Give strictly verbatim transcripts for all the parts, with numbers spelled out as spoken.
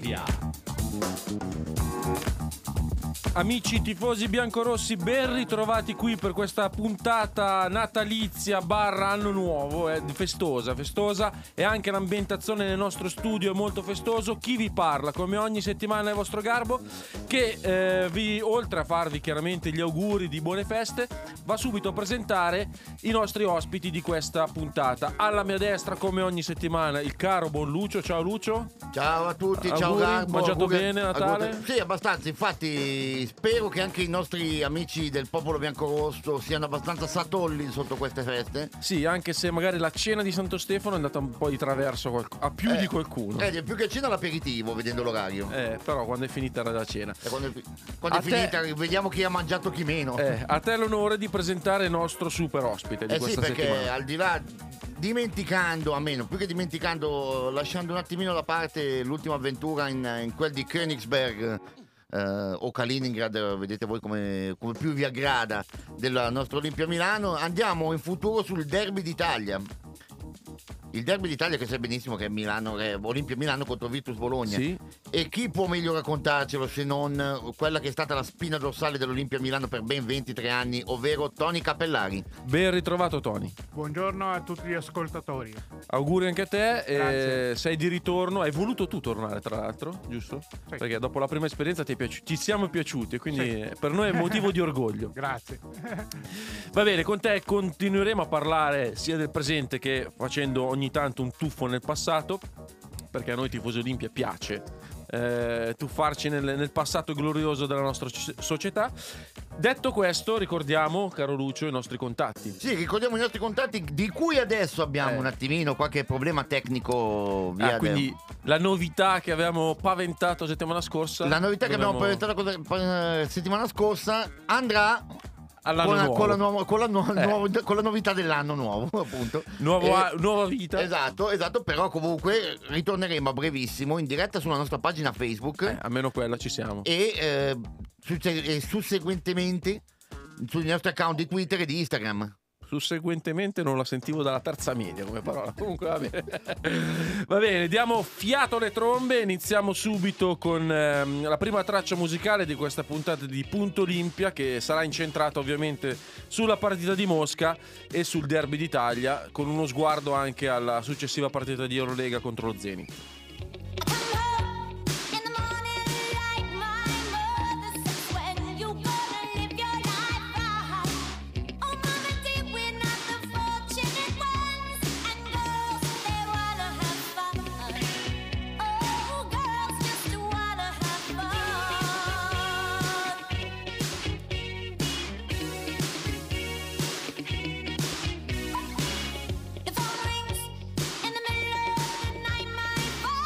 Olimpia. Amici tifosi biancorossi, ben ritrovati qui per questa puntata natalizia barra anno nuovo, è festosa, festosa, e anche l'ambientazione nel nostro studio è molto festoso. Chi vi parla, come ogni settimana, è vostro Garbo, che eh, vi, oltre a farvi chiaramente gli auguri di buone feste, va subito a presentare i nostri ospiti di questa puntata. Alla mia destra, come ogni settimana, il caro buon Lucio. Ciao Lucio. Ciao a tutti, auguri, ciao Garbo. mangiato auguri, bene Natale? Auguri. Sì, abbastanza, infatti spero che anche i nostri amici del popolo biancorosso siano abbastanza satolli sotto queste feste. Sì, anche se magari la cena di Santo Stefano è andata un po' di traverso qual- a più eh, di qualcuno. Eh, più che cena l'aperitivo, vedendo l'orario. Eh, però quando è finita era la cena. E quando è, quando è te... finita, vediamo chi ha mangiato chi meno. Eh, a te l'onore di presentare il nostro super ospite di eh questa sì, perché settimana. al di là, dimenticando, a meno, più che dimenticando, lasciando un attimino da parte l'ultima avventura in, in quel di Königsberg, Uh, o Kaliningrad, vedete voi come, come più vi aggrada, della nostra Olimpia Milano, andiamo in futuro sul derby d'Italia. Il derby d'Italia, che sai benissimo che è Milano, è Olimpia Milano contro Virtus Bologna. Sì. E chi può meglio raccontarcelo se non quella che è stata la spina dorsale dell'Olimpia Milano per ben ventitré anni, ovvero Tony Capellari. Ben ritrovato Tony. Buongiorno a tutti gli ascoltatori. Auguri anche a te. Grazie. Eh, sei di ritorno. Hai voluto tu tornare, tra l'altro, giusto? Sì. Perché dopo la prima esperienza ti, è piaci- ti siamo piaciuti, quindi Sì. per noi è motivo di orgoglio. Grazie. Va bene, con te continueremo a parlare sia del presente che facendo ogni tanto un tuffo nel passato, perché a noi tifosi Olimpia piace eh, tuffarci nel, nel passato glorioso della nostra c- società. Detto questo, ricordiamo, caro Lucio, i nostri contatti. Sì, ricordiamo i nostri contatti, di cui adesso abbiamo Eh. un attimino qualche problema tecnico via Ah, quindi la novità che avevamo paventato settimana scorsa, la novità che abbiamo dobbiamo- presentato la settimana scorsa andrà all'anno con la, nuovo. con, la nuova- con, la nu- Eh. nuovo- con la novità dell'anno nuovo, appunto. Nuovo Eh, a- nuova vita. Esatto, esatto, però comunque ritorneremo a brevissimo in diretta sulla nostra pagina Facebook Eh, almeno quella ci siamo. e, eh, succe- e susseguentemente sui nostri account di Twitter e di Instagram. Susseguentemente non la sentivo dalla terza media come parola. Comunque va bene. Va bene, diamo fiato alle trombe. Iniziamo subito con ehm, la prima traccia musicale di questa puntata di Punto Olimpia, che sarà incentrata ovviamente sulla partita di Mosca e sul derby d'Italia, con uno sguardo anche alla successiva partita di Eurolega contro lo Zenit. The phone rings in the middle of the night. My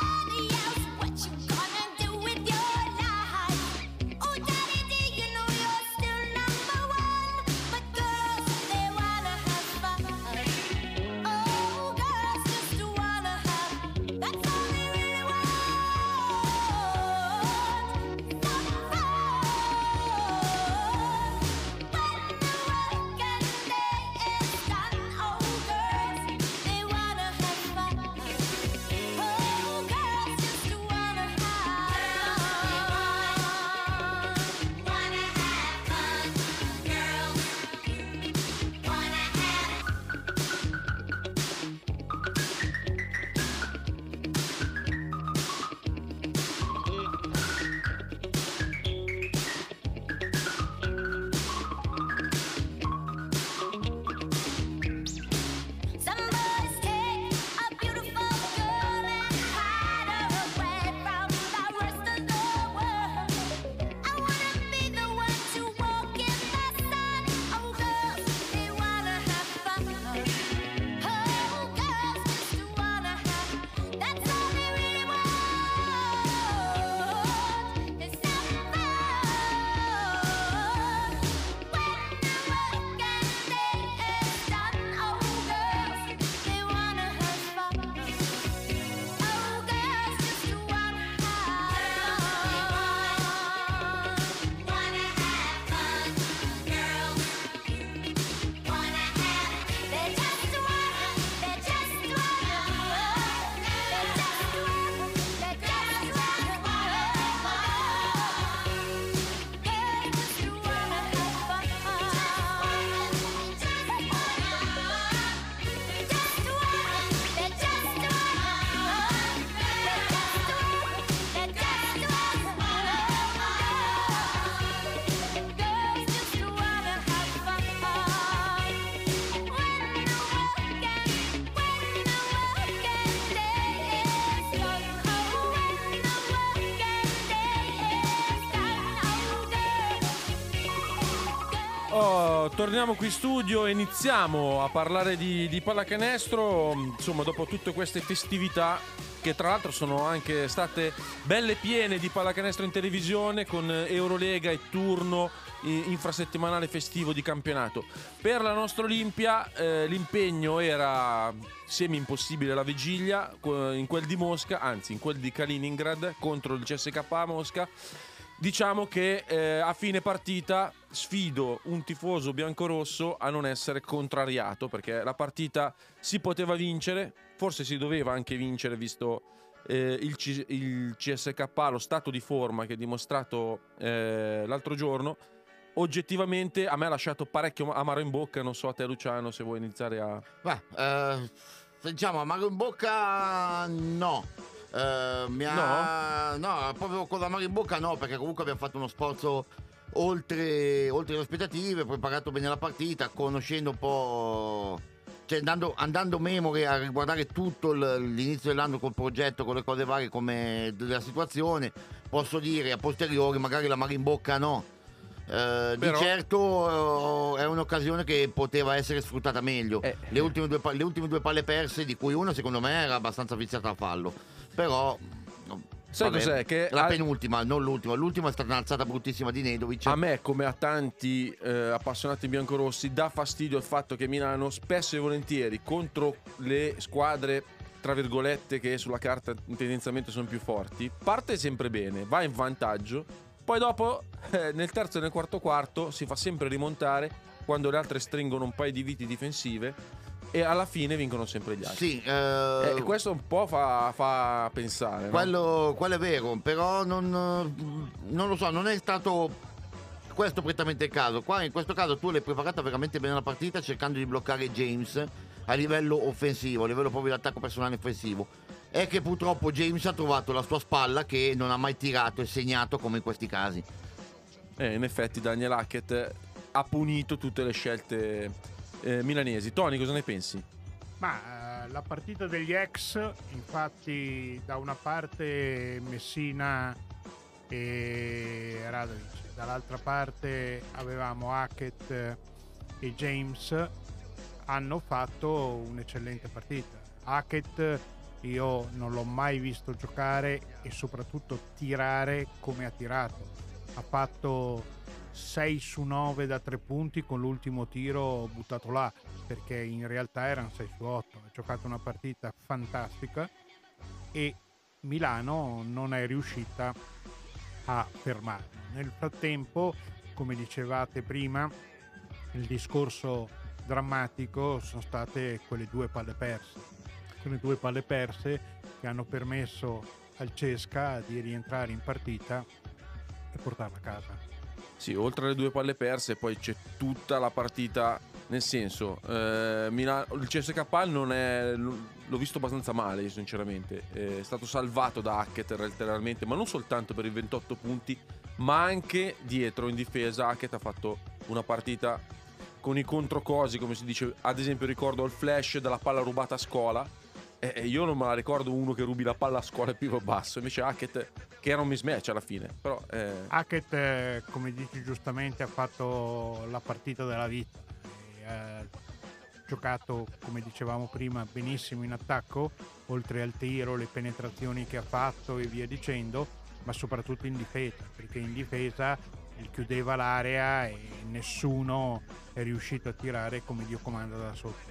Benissimo, torniamo qui in studio e iniziamo a parlare di, di pallacanestro, insomma, dopo tutte queste festività che tra l'altro sono anche state belle piene di pallacanestro in televisione, con Eurolega e turno infrasettimanale festivo di campionato. Per la nostra Olimpia eh, l'impegno era semi impossibile la vigilia, in quel di Mosca, anzi in quel di Kaliningrad contro il C S K A Mosca. Diciamo che eh, a fine partita sfido un tifoso biancorosso a non essere contrariato, perché la partita si poteva vincere, forse si doveva anche vincere, visto eh, il, C- il C S K A, lo stato di forma che ha dimostrato eh, l'altro giorno. Oggettivamente a me ha lasciato parecchio amaro in bocca. Non so a te, Luciano, se vuoi iniziare a... Beh, eh, diciamo amaro in bocca no. Uh, mi ha... no? no, proprio con la mano in bocca no, perché comunque abbiamo fatto uno sforzo oltre, oltre le aspettative, preparato bene la partita, conoscendo un po', cioè andando, andando memoria a riguardare tutto l'inizio dell'anno col progetto, con le cose varie come della situazione. Posso dire a posteriori magari la mano in bocca no. Uh, Però... di certo uh, è un'occasione che poteva essere sfruttata meglio. eh. le, ultime due, le ultime due palle perse, di cui una secondo me era abbastanza viziata a fallo, però sai vabbè, cos'è? Che la al... penultima, non l'ultima. L'ultima è stata un'alzata bruttissima di Nedovic. A me, come a tanti eh, appassionati biancorossi, dà fastidio il fatto che Milano spesso e volentieri contro le squadre tra virgolette che sulla carta tendenzialmente sono più forti parte sempre bene, va in vantaggio, poi dopo eh, nel terzo e nel quarto quarto si fa sempre rimontare quando le altre stringono un paio di viti difensive e alla fine vincono sempre gli altri. Sì, eh, e questo un po' fa, fa pensare, quello, no? quello è vero, però non, non lo so, non è stato questo prettamente il caso. Qua in questo caso tu l'hai preparata veramente bene la partita, cercando di bloccare James a livello offensivo, a livello proprio di attacco personale offensivo. È che purtroppo James ha trovato la sua spalla, che non ha mai tirato e segnato come in questi casi. Eh, in effetti Daniel Hackett ha punito tutte le scelte eh, milanesi. Tony, cosa ne pensi? Ma eh, la partita degli ex, infatti, da una parte Messina e Radovic, dall'altra parte avevamo Hackett e James, hanno fatto un'eccellente partita. Hackett io non l'ho mai visto giocare e soprattutto tirare come ha tirato. Ha fatto sei su nove da tre punti con l'ultimo tiro buttato là, perché in realtà erano sei su otto. Ha giocato una partita fantastica e Milano non è riuscita a fermarlo. Nel frattempo, come dicevate prima, il discorso drammatico sono state quelle due palle perse. Quelle due palle perse che hanno permesso al Cesca di rientrare in partita e portarla a casa. Sì, oltre alle due palle perse poi c'è tutta la partita, nel senso eh, Milano, il C S K A non è, l'ho visto abbastanza male sinceramente, è stato salvato da Hackett letteralmente, ma non soltanto per i ventotto punti, ma anche dietro in difesa. Hackett ha fatto una partita con i controcosi, come si dice. Ad esempio ricordo il flash della palla rubata a Scola, e io non me la ricordo uno che rubi la palla a Scola e pivo basso, invece Hackett, che era un mismatch alla fine. Però eh... Hackett, eh, come dici giustamente, ha fatto la partita della vita, ha giocato, come dicevamo prima, benissimo in attacco, oltre al tiro, le penetrazioni che ha fatto e via dicendo, ma soprattutto in difesa, perché in difesa chiudeva l'area e nessuno è riuscito a tirare come Dio comanda da sotto.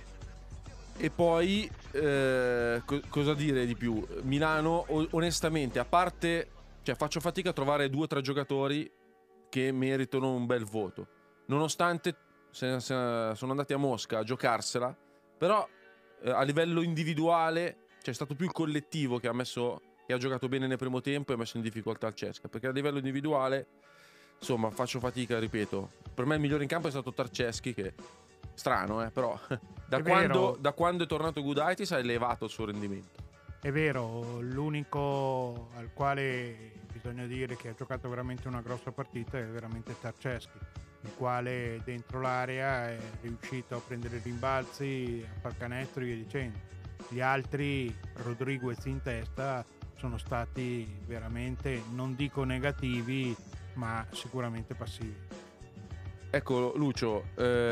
E poi eh, co- cosa dire di più? Milano, o- onestamente, a parte, cioè faccio fatica a trovare due o tre giocatori che meritano un bel voto, nonostante se, se sono andati a Mosca a giocarsela. Però eh, a livello individuale c'è stato più il collettivo che ha messo, che ha giocato bene nel primo tempo e ha messo in difficoltà il Cesca, perché a livello individuale insomma faccio fatica, ripeto. Per me il migliore in campo è stato Tarceschi, che strano eh però da è quando, da quando è tornato Gudaitis ha elevato il suo rendimento. È vero, l'unico al quale bisogna dire che ha giocato veramente una grossa partita è veramente Tarceschi, il quale dentro l'area è riuscito a prendere rimbalzi, a far canestro e via dicendo. Gli altri, Rodriguez in testa, sono stati veramente, non dico negativi, ma sicuramente passivi. ecco Lucio,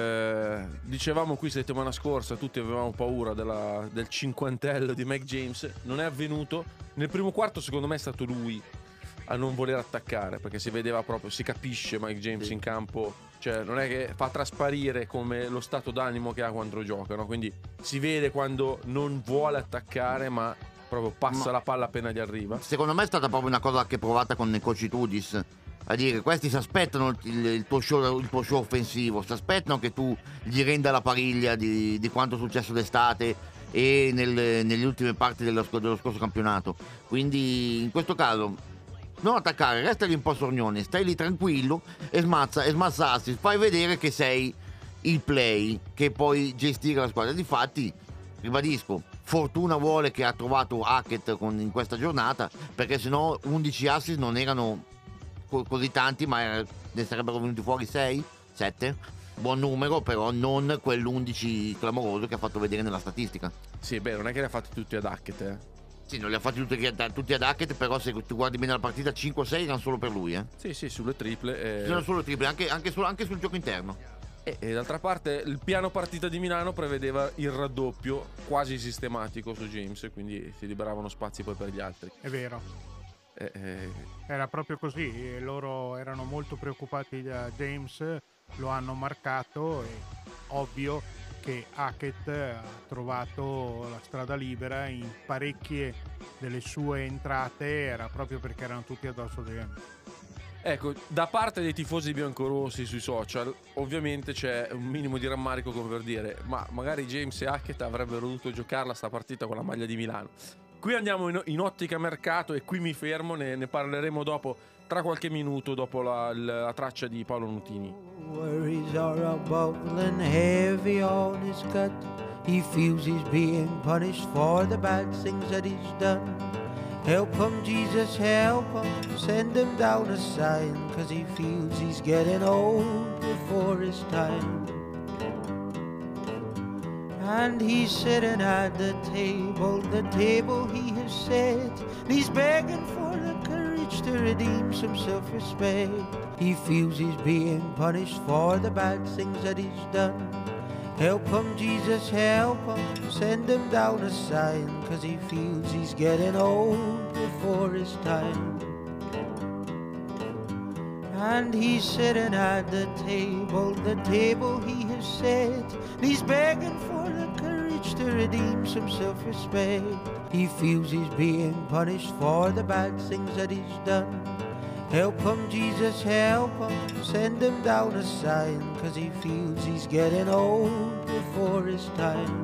eh, dicevamo qui settimana scorsa, tutti avevamo paura della, del cinquantello di Mike James, non è avvenuto. Nel primo quarto secondo me è stato lui a non voler attaccare, perché si vedeva proprio, si capisce Mike James sì. in campo, cioè non è che fa trasparire come lo stato d'animo che ha quando gioca, no? Quindi si vede quando non vuole attaccare, ma proprio passa ma la palla appena gli arriva. Secondo me è stata proprio una cosa anche provata con Coach Tudis, a dire questi si aspettano il, il, tuo show, il tuo show offensivo, si aspettano che tu gli renda la pariglia di, di quanto è successo d'estate e nel, nelle ultime parti dello, dello scorso campionato. Quindi in questo caso non attaccare, resta lì un po' sornione, stai lì tranquillo e smazza e smazzarsi, fai vedere che sei il play che puoi gestire la squadra. Difatti, ribadisco, fortuna vuole che ha trovato Hackett con, in questa giornata, perché sennò undici assist non erano co- così tanti, ma ne sarebbero venuti fuori sei, sette. Buon numero, però non quell'undici clamoroso che ha fatto vedere nella statistica. Sì, beh, non è che li ha fatti tutti ad Hackett, eh. Sì, non li ha fatti tutti, tutti ad Hackett, però se tu guardi bene la partita cinque o sei erano solo per lui, eh. Sì, sì, sulle triple. Eh... Erano solo triple, anche, anche, sul, anche sul gioco interno. E, e d'altra parte il piano partita di Milano prevedeva il raddoppio quasi sistematico su James, quindi si liberavano spazi poi per gli altri. È vero. Eh, eh... Era proprio così, e loro erano molto preoccupati da James, lo hanno marcato, e ovvio che Hackett ha trovato la strada libera in parecchie delle sue entrate, era proprio perché erano tutti addosso di James. Ecco, da parte dei tifosi biancorossi sui social ovviamente c'è un minimo di rammarico, come per dire, ma magari James e Hackett avrebbero dovuto giocarla sta partita con la maglia di Milano. Qui andiamo in, in ottica mercato e qui mi fermo, ne, ne parleremo dopo, tra qualche minuto, dopo la, la, la traccia di Paolo Nutini. Worries are a bubbling heavy on his gut. He feels he's being punished for the bad things that he's done. Help him, Jesus, help him. Send him down a sign, 'cause he feels he's getting old before his time. And he's sitting at the table, the table he has set. He's begging for the courage to redeem some self-respect. He feels he's being punished for the bad things that he's done. Help him, Jesus, help him. Send him down a sign, 'cause he feels he's getting old before his time. And he's sitting at the table, the table he has set. He's begging for the courage to redeem some self-respect. He feels he's being punished for the bad things that he's done. Help him, Jesus, help him. Send him down a sign, 'cause he feels he's getting old before his time.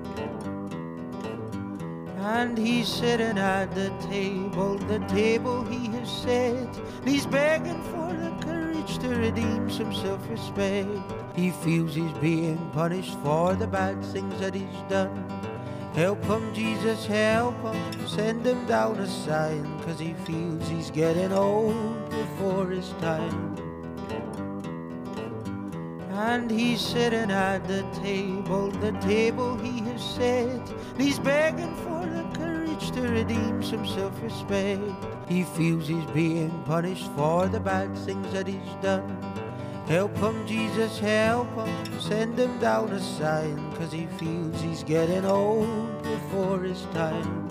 And he's sitting at the table, the table he has set. He's begging for the courage to redeem some self-respect. He feels he's being punished for the bad things that he's done. Help him, Jesus, help him. Send him down a sign, 'cause he feels he's getting old before his time. And he's sitting at the table, the table he has set. He's begging for the courage to redeem some self-respect. He feels he's being punished for the bad things that he's done. Help him, Jesus, help him. Send him down a sign, 'cause he feels he's getting old before his time.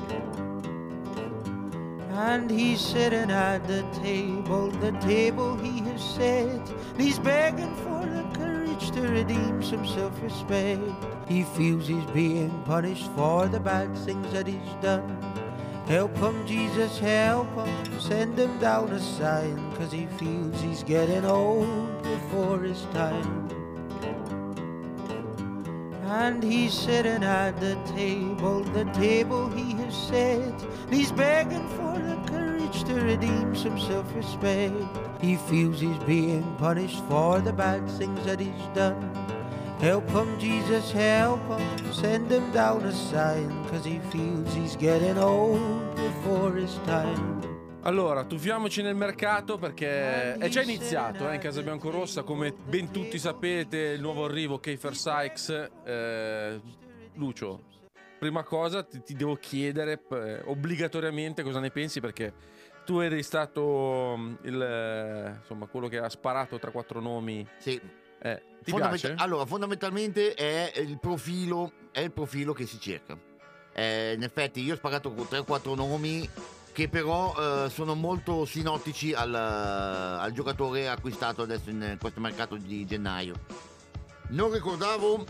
And he's sitting at the table, the table he has set. He's begging for the courage to redeem some self-respect. He feels he's being punished for the bad things that he's done. Help him, Jesus, help him. Send him down a sign, 'cause he feels he's getting old before his time. And he's sitting at the table, the table he has set. He's begging for the courage to redeem some self-respect. He feels he's being punished for the bad things that he's done. Help him, Jesus, help him. Send him down a sign, 'cause he feels he's getting old before his time. Allora, tuffiamoci nel mercato perché è già iniziato eh, in Casa Biancorossa, come ben tutti sapete, il nuovo arrivo Keifer Sykes. eh, Lucio, prima cosa ti, ti devo chiedere eh, obbligatoriamente cosa ne pensi, perché tu eri stato mm, il, eh, insomma, quello che ha sparato tra quattro nomi. Sì. Eh, ti Fondament- piace? Allora, fondamentalmente è il profilo, è il profilo che si cerca. Eh, in effetti io ho sparato tre o quattro nomi che però eh, sono molto sinottici al, al giocatore acquistato adesso in questo mercato di gennaio. Non ricordavo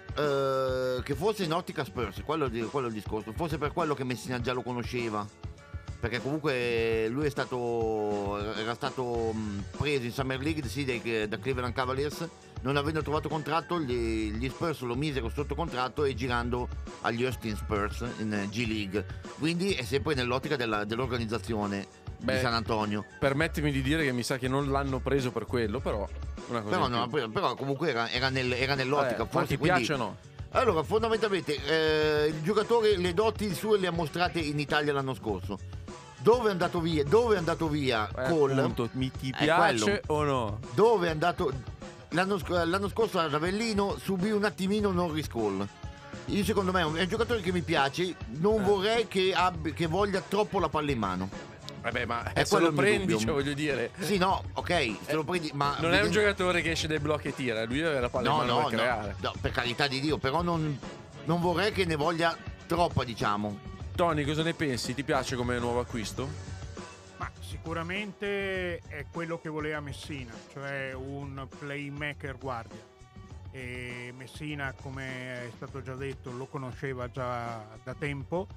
eh, che fosse in ottica Spurs, quello, di, quello è il discorso, forse per quello che Messina già lo conosceva, perché comunque lui è stato era stato mh, preso in Summer League sì, dai, da Cleveland Cavaliers. Non avendo trovato contratto, gli, gli Spurs lo misero sotto contratto e girando agli Austin Spurs in G League. Quindi è sempre nell'ottica della, dell'organizzazione Beh, di San Antonio. Permettimi di dire che mi sa che non l'hanno preso per quello, però una cosa Però, in no, più. però comunque era, era, nel, era nell'ottica. Eh, ma forse, ti quindi- piace o no? Allora, fondamentalmente, eh, il giocatore le doti sue le ha mostrate in Italia l'anno scorso. Dove è andato via? Dove è andato via Eh, Cole? appunto, mi ti È piace quello. o no? Dove è andato? L'anno, sc- l'anno scorso a Ravellino subì un attimino Norris Cole. Io secondo me è un, è un giocatore che mi piace, non Eh. vorrei che, abbi- che voglia troppo la palla in mano. Vabbè, ma È se quello lo il mio prendi, dubbio. cioè, voglio dire. Sì, no, ok, se lo prendi, ma Non è un vedendo- giocatore che esce dai blocchi e tira, lui aveva la palla No, in mano no, per no, creare. no, per carità di Dio, però non, non vorrei che ne voglia troppa, diciamo. Tony, cosa ne pensi? Ti piace come nuovo acquisto? Ma sicuramente è quello che voleva Messina, cioè un playmaker guardia. E Messina, come è stato già detto, lo conosceva già da tempo.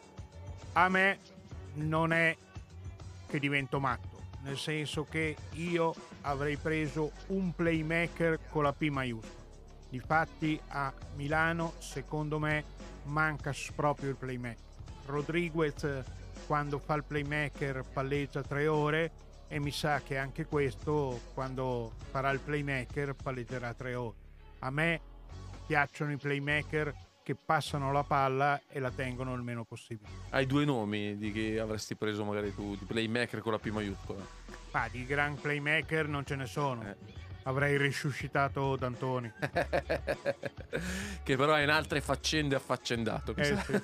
A me non è che divento matto, nel senso che io avrei preso un playmaker con la P maiuscola. Difatti a Milano, secondo me, manca proprio il playmaker. Rodriguez, quando fa il playmaker, palleggia tre ore, e mi sa che anche questo, quando farà il playmaker, palleggerà tre ore. A me piacciono i playmaker che passano la palla e la tengono il meno possibile. Hai due nomi di che avresti preso magari tu, di playmaker con la P maiuscola. Ma di gran playmaker non ce ne sono. Eh. Avrei risuscitato D'Antoni. Che però è in altre faccende affaccendato. Eh, sì.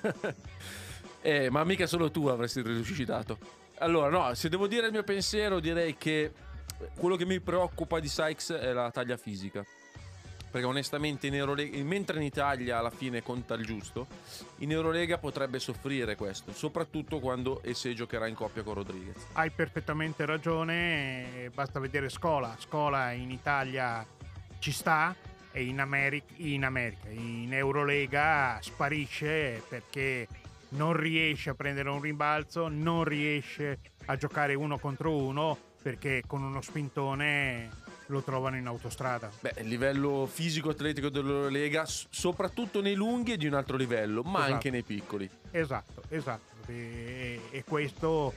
Eh, ma mica solo tu avresti risuscitato. Allora, no, se devo dire il mio pensiero, direi che quello che mi preoccupa di Sykes è la taglia fisica. Perché onestamente in Eurolega, mentre in Italia alla fine conta il giusto, in Eurolega potrebbe soffrire questo, soprattutto quando e se giocherà in coppia con Rodriguez. Hai perfettamente ragione, basta vedere Scola. Scola in Italia ci sta e in America, in, America, in Eurolega sparisce perché non riesce a prendere un rimbalzo, non riesce a giocare uno contro uno perché con uno spintone lo trovano in autostrada. Beh, il livello fisico-atletico dell'Eurolega, s- soprattutto nei lunghi, è di un altro livello, ma Esatto. anche nei piccoli. Esatto, esatto. E, e questo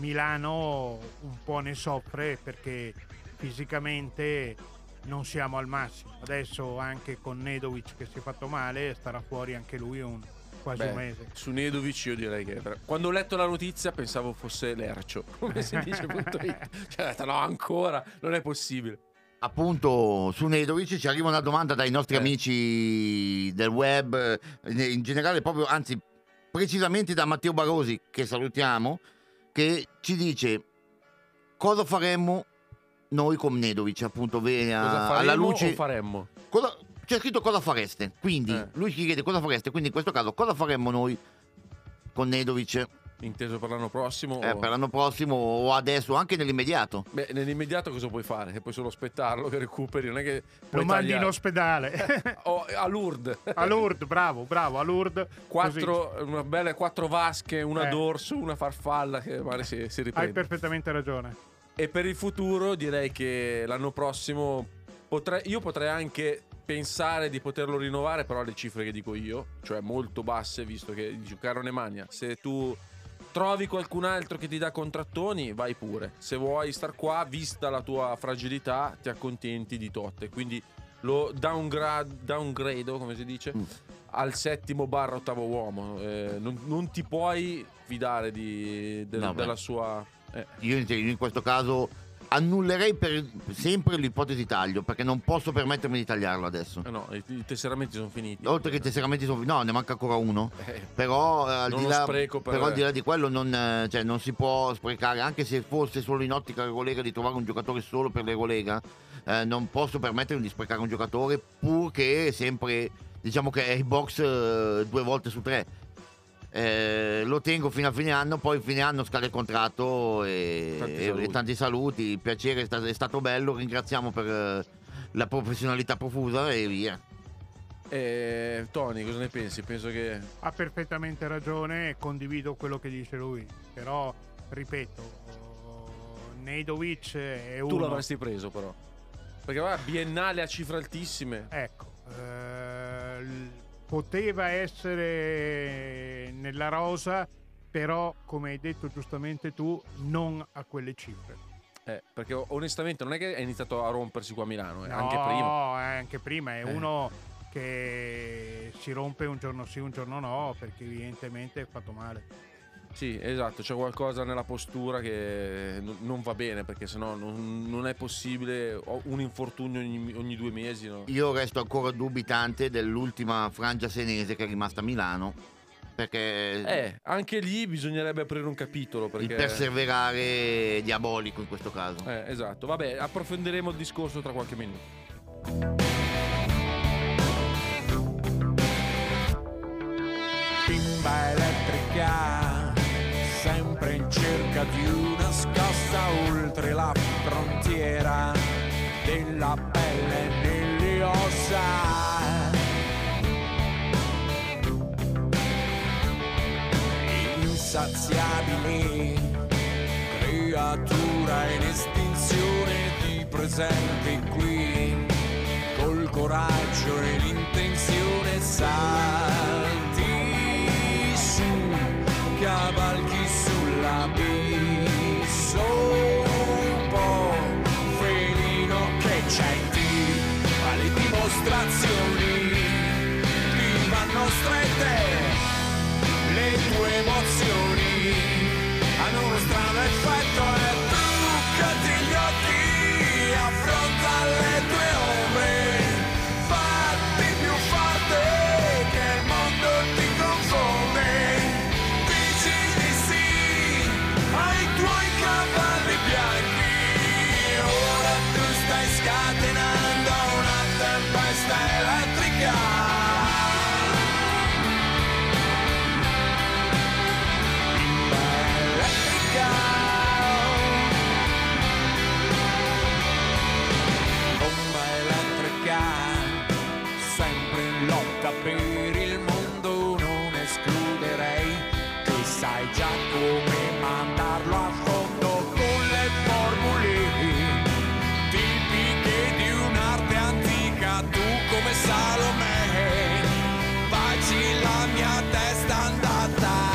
Milano un po' ne soffre perché fisicamente non siamo al massimo. Adesso anche con Nedovic che si è fatto male, starà fuori anche lui un, quasi Beh, un mese. su Nedovic io direi che quando ho letto la notizia pensavo fosse Lercio, come si dice punto it. Cioè, ho detto, no, ancora, non è possibile. Appunto, su Nedovic ci arriva una domanda dai nostri Eh. amici del web, eh, in generale proprio, anzi precisamente da Matteo Barosi, che salutiamo, che ci dice cosa faremmo noi con Nedovic, appunto, ve- Cosa a- faremo alla luce... o faremmo? Cosa- c'è scritto cosa fareste, quindi Eh. lui ci chiede cosa fareste, quindi in questo caso cosa faremmo noi con Nedovic Inteso per l'anno prossimo? eh, o... per l'anno prossimo o adesso, anche nell'immediato. Beh, nell'immediato cosa puoi fare? Che puoi solo aspettarlo che recuperi, non è che Lo puoi mandi in tagliare. ospedale. Oh, a Lourdes. A Lourdes, bravo, bravo, a Lourdes. Quattro, una bella quattro vasche, una Eh. dorso, una farfalla che magari si, si Hai riprende. perfettamente ragione. E per il futuro direi che l'anno prossimo potrei, io potrei anche pensare di poterlo rinnovare, però alle cifre che dico io, cioè molto basse, visto che dice caro Nemanja, se tu trovi qualcun altro che ti dà contrattoni, vai pure. Se vuoi star qua, vista la tua fragilità, ti accontenti di totte. Quindi lo downgrade, downgrado, come si dice, Mm. al settimo barra ottavo uomo. Eh, non, non ti puoi fidare di, del- No, beh. della sua... eh. Io in in questo caso annullerei per sempre l'ipotesi taglio, perché non posso permettermi di tagliarlo adesso. Eh no, i, i tesseramenti sono finiti. Oltre che i tesseramenti sono no, ne manca ancora uno. Eh, Però, eh, al, non di lo là, spreco per- però al di là di quello non, eh, cioè, non si può sprecare, anche se fosse solo in ottica Eurolega di trovare un giocatore solo per l'Eurolega, eh, non posso permettermi di sprecare un giocatore, pur che sempre, diciamo che è il box eh, due volte su tre. Eh, lo tengo fino a fine anno, poi fine anno scade il contratto e Tanti e- saluti. e tanti saluti, il piacere è stato, è stato bello, ringraziamo per eh, la professionalità profusa e via. Eh, Tony, cosa ne pensi? Penso che Ha perfettamente ragione e condivido quello che dice lui, però ripeto, Nedovic è uno. tu l'avresti preso però. Perché va biennale a cifre altissime. Ecco, eh, l- poteva essere nella rosa, però come hai detto giustamente tu, non a quelle cifre. Eh, perché onestamente non è che è iniziato a rompersi qua a Milano, eh, No, anche prima. eh, anche prima è Eh. uno che si rompe un giorno sì, un giorno no, perché evidentemente è fatto male. Sì, esatto, c'è qualcosa nella postura che n- non va bene, perché sennò non, non è possibile ho un infortunio ogni, ogni due mesi, no? Io resto ancora dubitante dell'ultima frangia senese che è rimasta a Milano, perché Eh, anche lì bisognerebbe aprire un capitolo, perché... il perseverare è diabolico in questo caso. Eh, esatto, vabbè, approfondiremo il discorso tra qualche minuto. Bimba elettrica, sempre in cerca di una scossa oltre la frontiera della pelle nelle ossa. Insaziabile, creatura in estinzione, ti presenti qui col coraggio e l'intenzione, salti su, cavalchi sull'abisso, un po' felino che c'è in te, ma le dimostrazioni ti vanno strette, le tue emozioni hanno uno strano effetto e truccati gli occhi, affronta le tue ombre, fatti più forte che il mondo ti confonde, dici di sì ai tuoi cavalli bianchi, ora tu stai scatenando una tempesta elettrica. Bomba elettrica, sempre in lotta per il mondo, non escluderei che sai già come mandarlo a fondo con le formule tipiche di un'arte antica. Tu come Salomè facci la mia testa andata.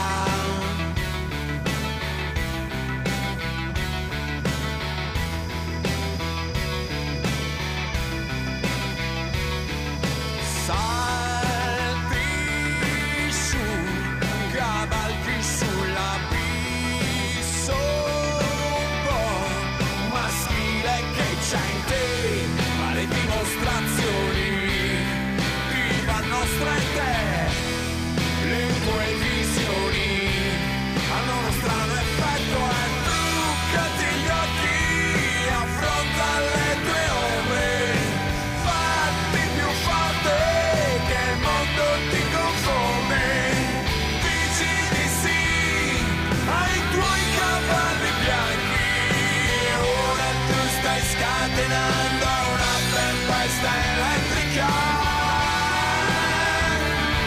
Salti su, cavalchi sull'abisso, un po' maschile che c'è in te, ma le dimostrazioni ti vanno strette, le tue visioni hanno uno strano effetto e truccati gli occhi, affronta le tue ombre, fatti più forte che il mondo ti confonde, dici di sì ai tuoi cavalli bianchi, ora tu stai scatenando una tempesta elettrica.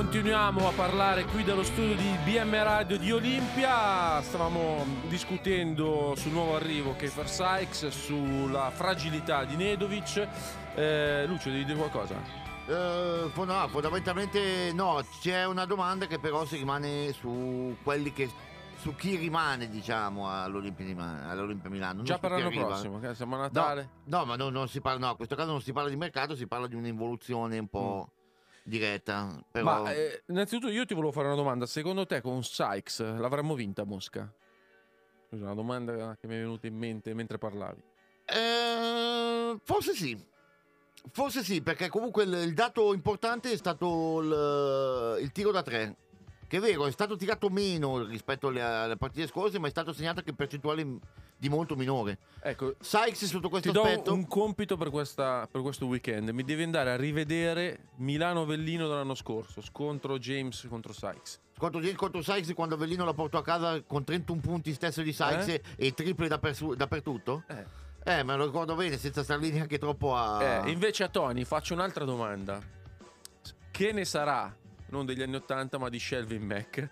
continuiamo a parlare qui dallo studio di B M Radio di Olimpia. Stavamo discutendo sul nuovo arrivo Kiefer Sykes, sulla fragilità di Nedovic. eh, Lucio, devi dire qualcosa? Eh, fo- no, fondamentalmente no, c'è una domanda che però si rimane su quelli che su chi rimane, diciamo, all'Olimpia, di Ma- all'Olimpia Milano. Non Già su per chi l'anno arriva. prossimo, che siamo a No, Natale. no, ma no, non si parla, no, in questo caso non si parla di mercato, si parla di un'involuzione un po' diretta. Però... Ma eh, innanzitutto io ti volevo fare una domanda. Secondo te con Sykes l'avremmo vinta a Mosca? Scusa, una domanda che mi è venuta in mente mentre parlavi. Eh, forse sì. Forse sì, perché comunque il, il dato importante è stato il, il tiro da tre. Che è vero, è stato tirato meno rispetto alle, alle partite scorse, ma è stato segnato anche in percentuale di molto minore. Ecco, Sykes sotto questo ti do aspetto... un compito per, questa, per questo weekend. Mi devi andare a rivedere Milano-Avellino dell'anno scorso, scontro James contro Sykes. Contro, contro Sykes, quando Avellino la portò a casa con trentuno punti stesso di Sykes Eh? e triple dappersu- dappertutto? Eh. Eh, me lo ricordo bene, senza star lì neanche troppo a... Eh, invece a Tony faccio un'altra domanda. Che ne sarà, non degli anni ottanta, ma di Shelvin Mack?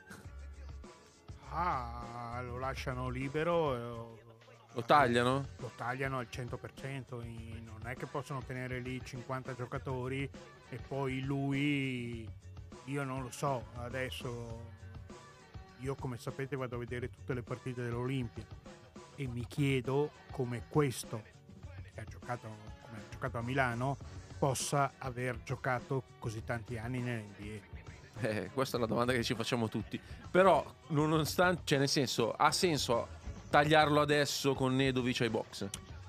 Ah, lo lasciano libero. eh, Lo tagliano? Lo tagliano al cento per cento. i- Non è che possono tenere lì cinquanta giocatori e poi lui, io non lo so, adesso io come sapete vado a vedere tutte le partite dell'Olimpia e mi chiedo come questo che ha giocato, come ha giocato a Milano possa aver giocato così tanti anni nell'N B A. Eh, questa è la domanda che ci facciamo tutti. Però, nonostante, cioè nel senso, ha senso tagliarlo adesso con Nedovic ai box?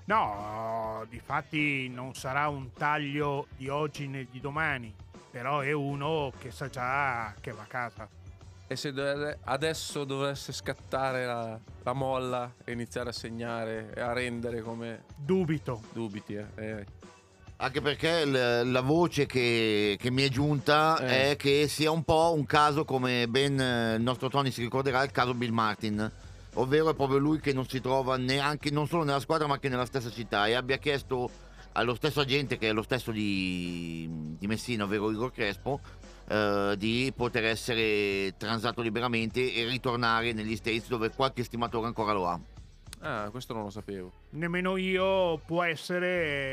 No, difatti non sarà un taglio di oggi né di domani, però è uno che sa già che va a casa. E se dove- adesso dovesse scattare la, la molla e iniziare a segnare e a rendere come Dubito. dubiti, eh? Eh, Anche perché l- la voce che, che mi è giunta Eh. è che sia un po' un caso, come ben eh, il nostro Tony si ricorderà, il caso Bill Martin, ovvero è proprio lui che non si trova neanche, non solo nella squadra ma anche nella stessa città, e abbia chiesto allo stesso agente, che è lo stesso di, di Messina, ovvero Igor Crespo, eh, di poter essere transato liberamente e ritornare negli States, dove qualche stimatore ancora lo ha. Ah, questo non lo sapevo. Nemmeno io, può essere,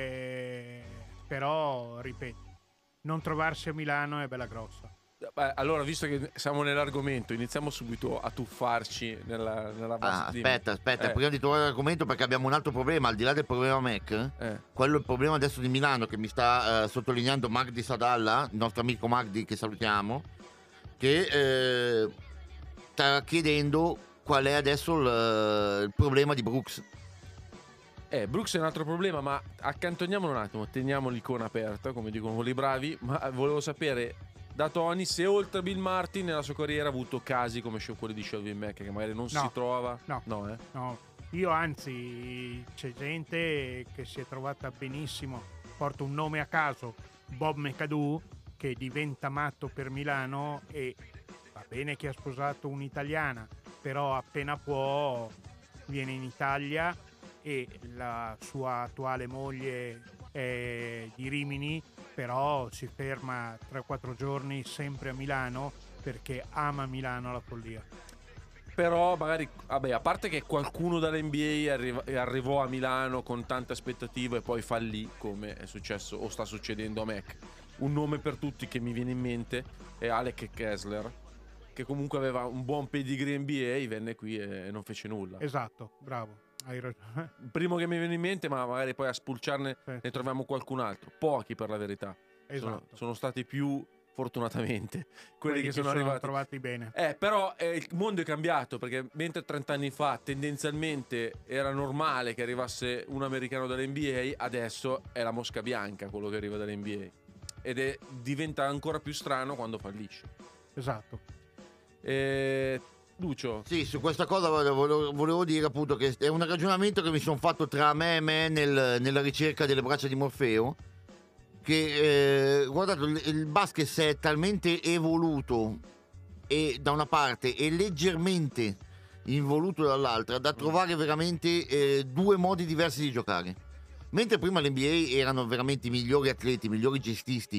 eh, però ripeto, non trovarsi a Milano è bella grossa. Beh, allora, visto che siamo nell'argomento, iniziamo subito a tuffarci nella, nella Ah, base. Dimmi. aspetta, aspetta, Eh. prima di trovare l'argomento, perché abbiamo un altro problema, al di là del problema Mac. Eh. Quello è il problema adesso di Milano, che mi sta eh, sottolineando Magdi Sadalla, il nostro amico Magdi, che salutiamo, che eh, sta chiedendo qual è adesso il, il problema di Brooks. Eh, Brooks è un altro problema, ma accantoniamolo un attimo, teniamo l'icona aperta, come dicono quelli bravi, ma volevo sapere da Tony se oltre a Bill Martin nella sua carriera ha avuto casi come quelli di Shelvin Mack, che magari non No. si trova. No. No, eh? No, io anzi, c'è gente che si è trovata benissimo. Porto un nome a caso, Bob McAdoo, che diventa matto per Milano e va bene che ha sposato un'italiana, però appena può viene in Italia e la sua attuale moglie è di Rimini, però si ferma tre quattro giorni sempre a Milano perché ama Milano alla follia. Però magari, vabbè, a parte che qualcuno dall'N B A arriva- arrivò a Milano con tante aspettative e poi fallì, come è successo o sta succedendo a Mac. Un nome per tutti che mi viene in mente è Alec Kessler, che comunque aveva un buon pedigree N B A, venne qui e non fece nulla. Esatto, bravo, hai ragione. Il primo che mi viene in mente, ma magari poi a spulciarne Sì. ne troviamo qualcun altro. Pochi, per la verità. Sono, Esatto. sono stati più, fortunatamente, quelli, che, sono, arrivati. trovati bene. Eh, però eh, il mondo è cambiato, perché mentre trenta anni fa tendenzialmente era normale che arrivasse un americano dall'N B A, adesso è la mosca bianca quello che arriva dall'N B A. Ed è, diventa ancora più strano quando fallisce. Esatto. Eh, Lucio, Sì, su questa cosa volevo, volevo dire appunto che è un ragionamento che mi sono fatto tra me e me nel- nella ricerca delle braccia di Morfeo, che eh, guardate, il, il basket si è talmente evoluto e da una parte e leggermente involuto dall'altra da trovare veramente eh, due modi diversi di giocare. Mentre prima l'N B A erano veramente i migliori atleti, i migliori gestisti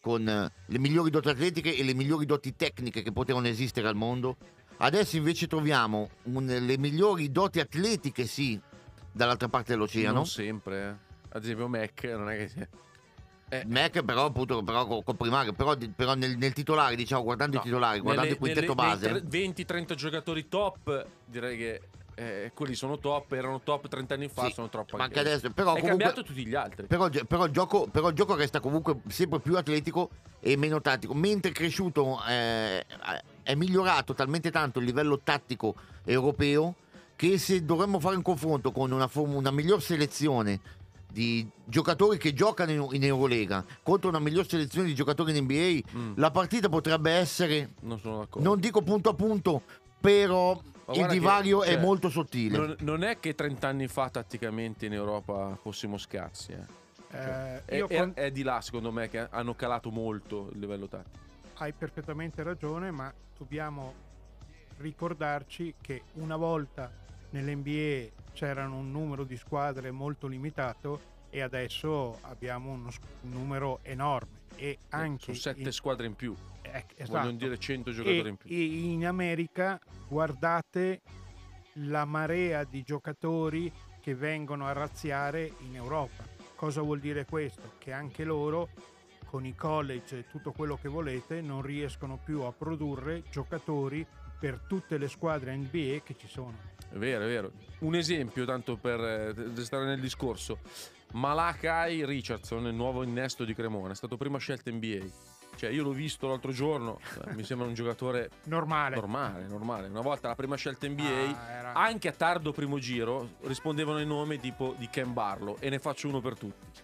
con eh, le migliori doti atletiche e le migliori doti tecniche che potevano esistere al mondo. Adesso invece troviamo un- le migliori doti atletiche, sì, dall'altra parte dell'oceano. Non sempre, eh. Ad esempio Mac non è che... Eh. Mac però appunto però col col primario, però, di- però nel, nel titolare, diciamo, guardando No, i titolari, guardando nelle- il quintetto nelle- base, nei tre- venti trenta giocatori top, direi che eh, quelli sono top, erano top trenta anni fa, sì, sono troppo ma anche anche adesso, però È comunque, cambiato tutti gli altri. però, però il gioco, però il gioco resta comunque sempre più atletico e meno tattico, mentre è cresciuto, eh, è migliorato talmente tanto il livello tattico europeo che se dovremmo fare un confronto con una, form- una miglior selezione di giocatori che giocano in, in Eurolega contro una miglior selezione di giocatori in N B A, Mm. la partita potrebbe essere, Non sono d'accordo. non dico punto a punto, però Ma il guarda divario che, è cioè, molto sottile. Non, non è che trent'anni fa tatticamente in Europa fossimo scarsi, eh. Eh, È, io è- con- è di là secondo me che hanno calato molto il livello tattico. Hai perfettamente ragione, ma dobbiamo ricordarci che una volta nell'N B A c'erano un numero di squadre molto limitato e adesso abbiamo uno sc- un numero enorme e anche Sono sette in- squadre in più, eh, vogliono esatto. dire cento giocatori e, in più. e in America guardate la marea di giocatori che vengono a razziare in Europa. Cosa vuol dire questo? Che anche loro con i college e tutto quello che volete non riescono più a produrre giocatori per tutte le squadre N B A che ci sono. È vero, è vero. Un esempio, tanto per eh, restare nel discorso. Malachi Richardson, il nuovo innesto di Cremona, è stato prima scelto N B A. Cioè, io l'ho visto l'altro giorno, eh, mi sembra un giocatore Normale. normale, normale. Una volta la prima scelta N B A, Ah, era- anche a tardo primo giro, rispondevano ai nomi tipo di Ken Barlow, e ne faccio uno per tutti.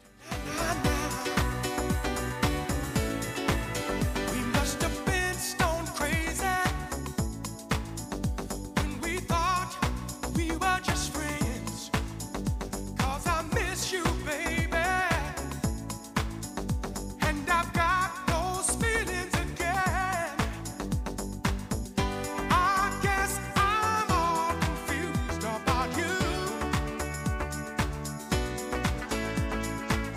We must have been stone crazy when we thought we were just friends. 'Cause I miss you, baby, and I've got those feelings again. I guess I'm all confused about you.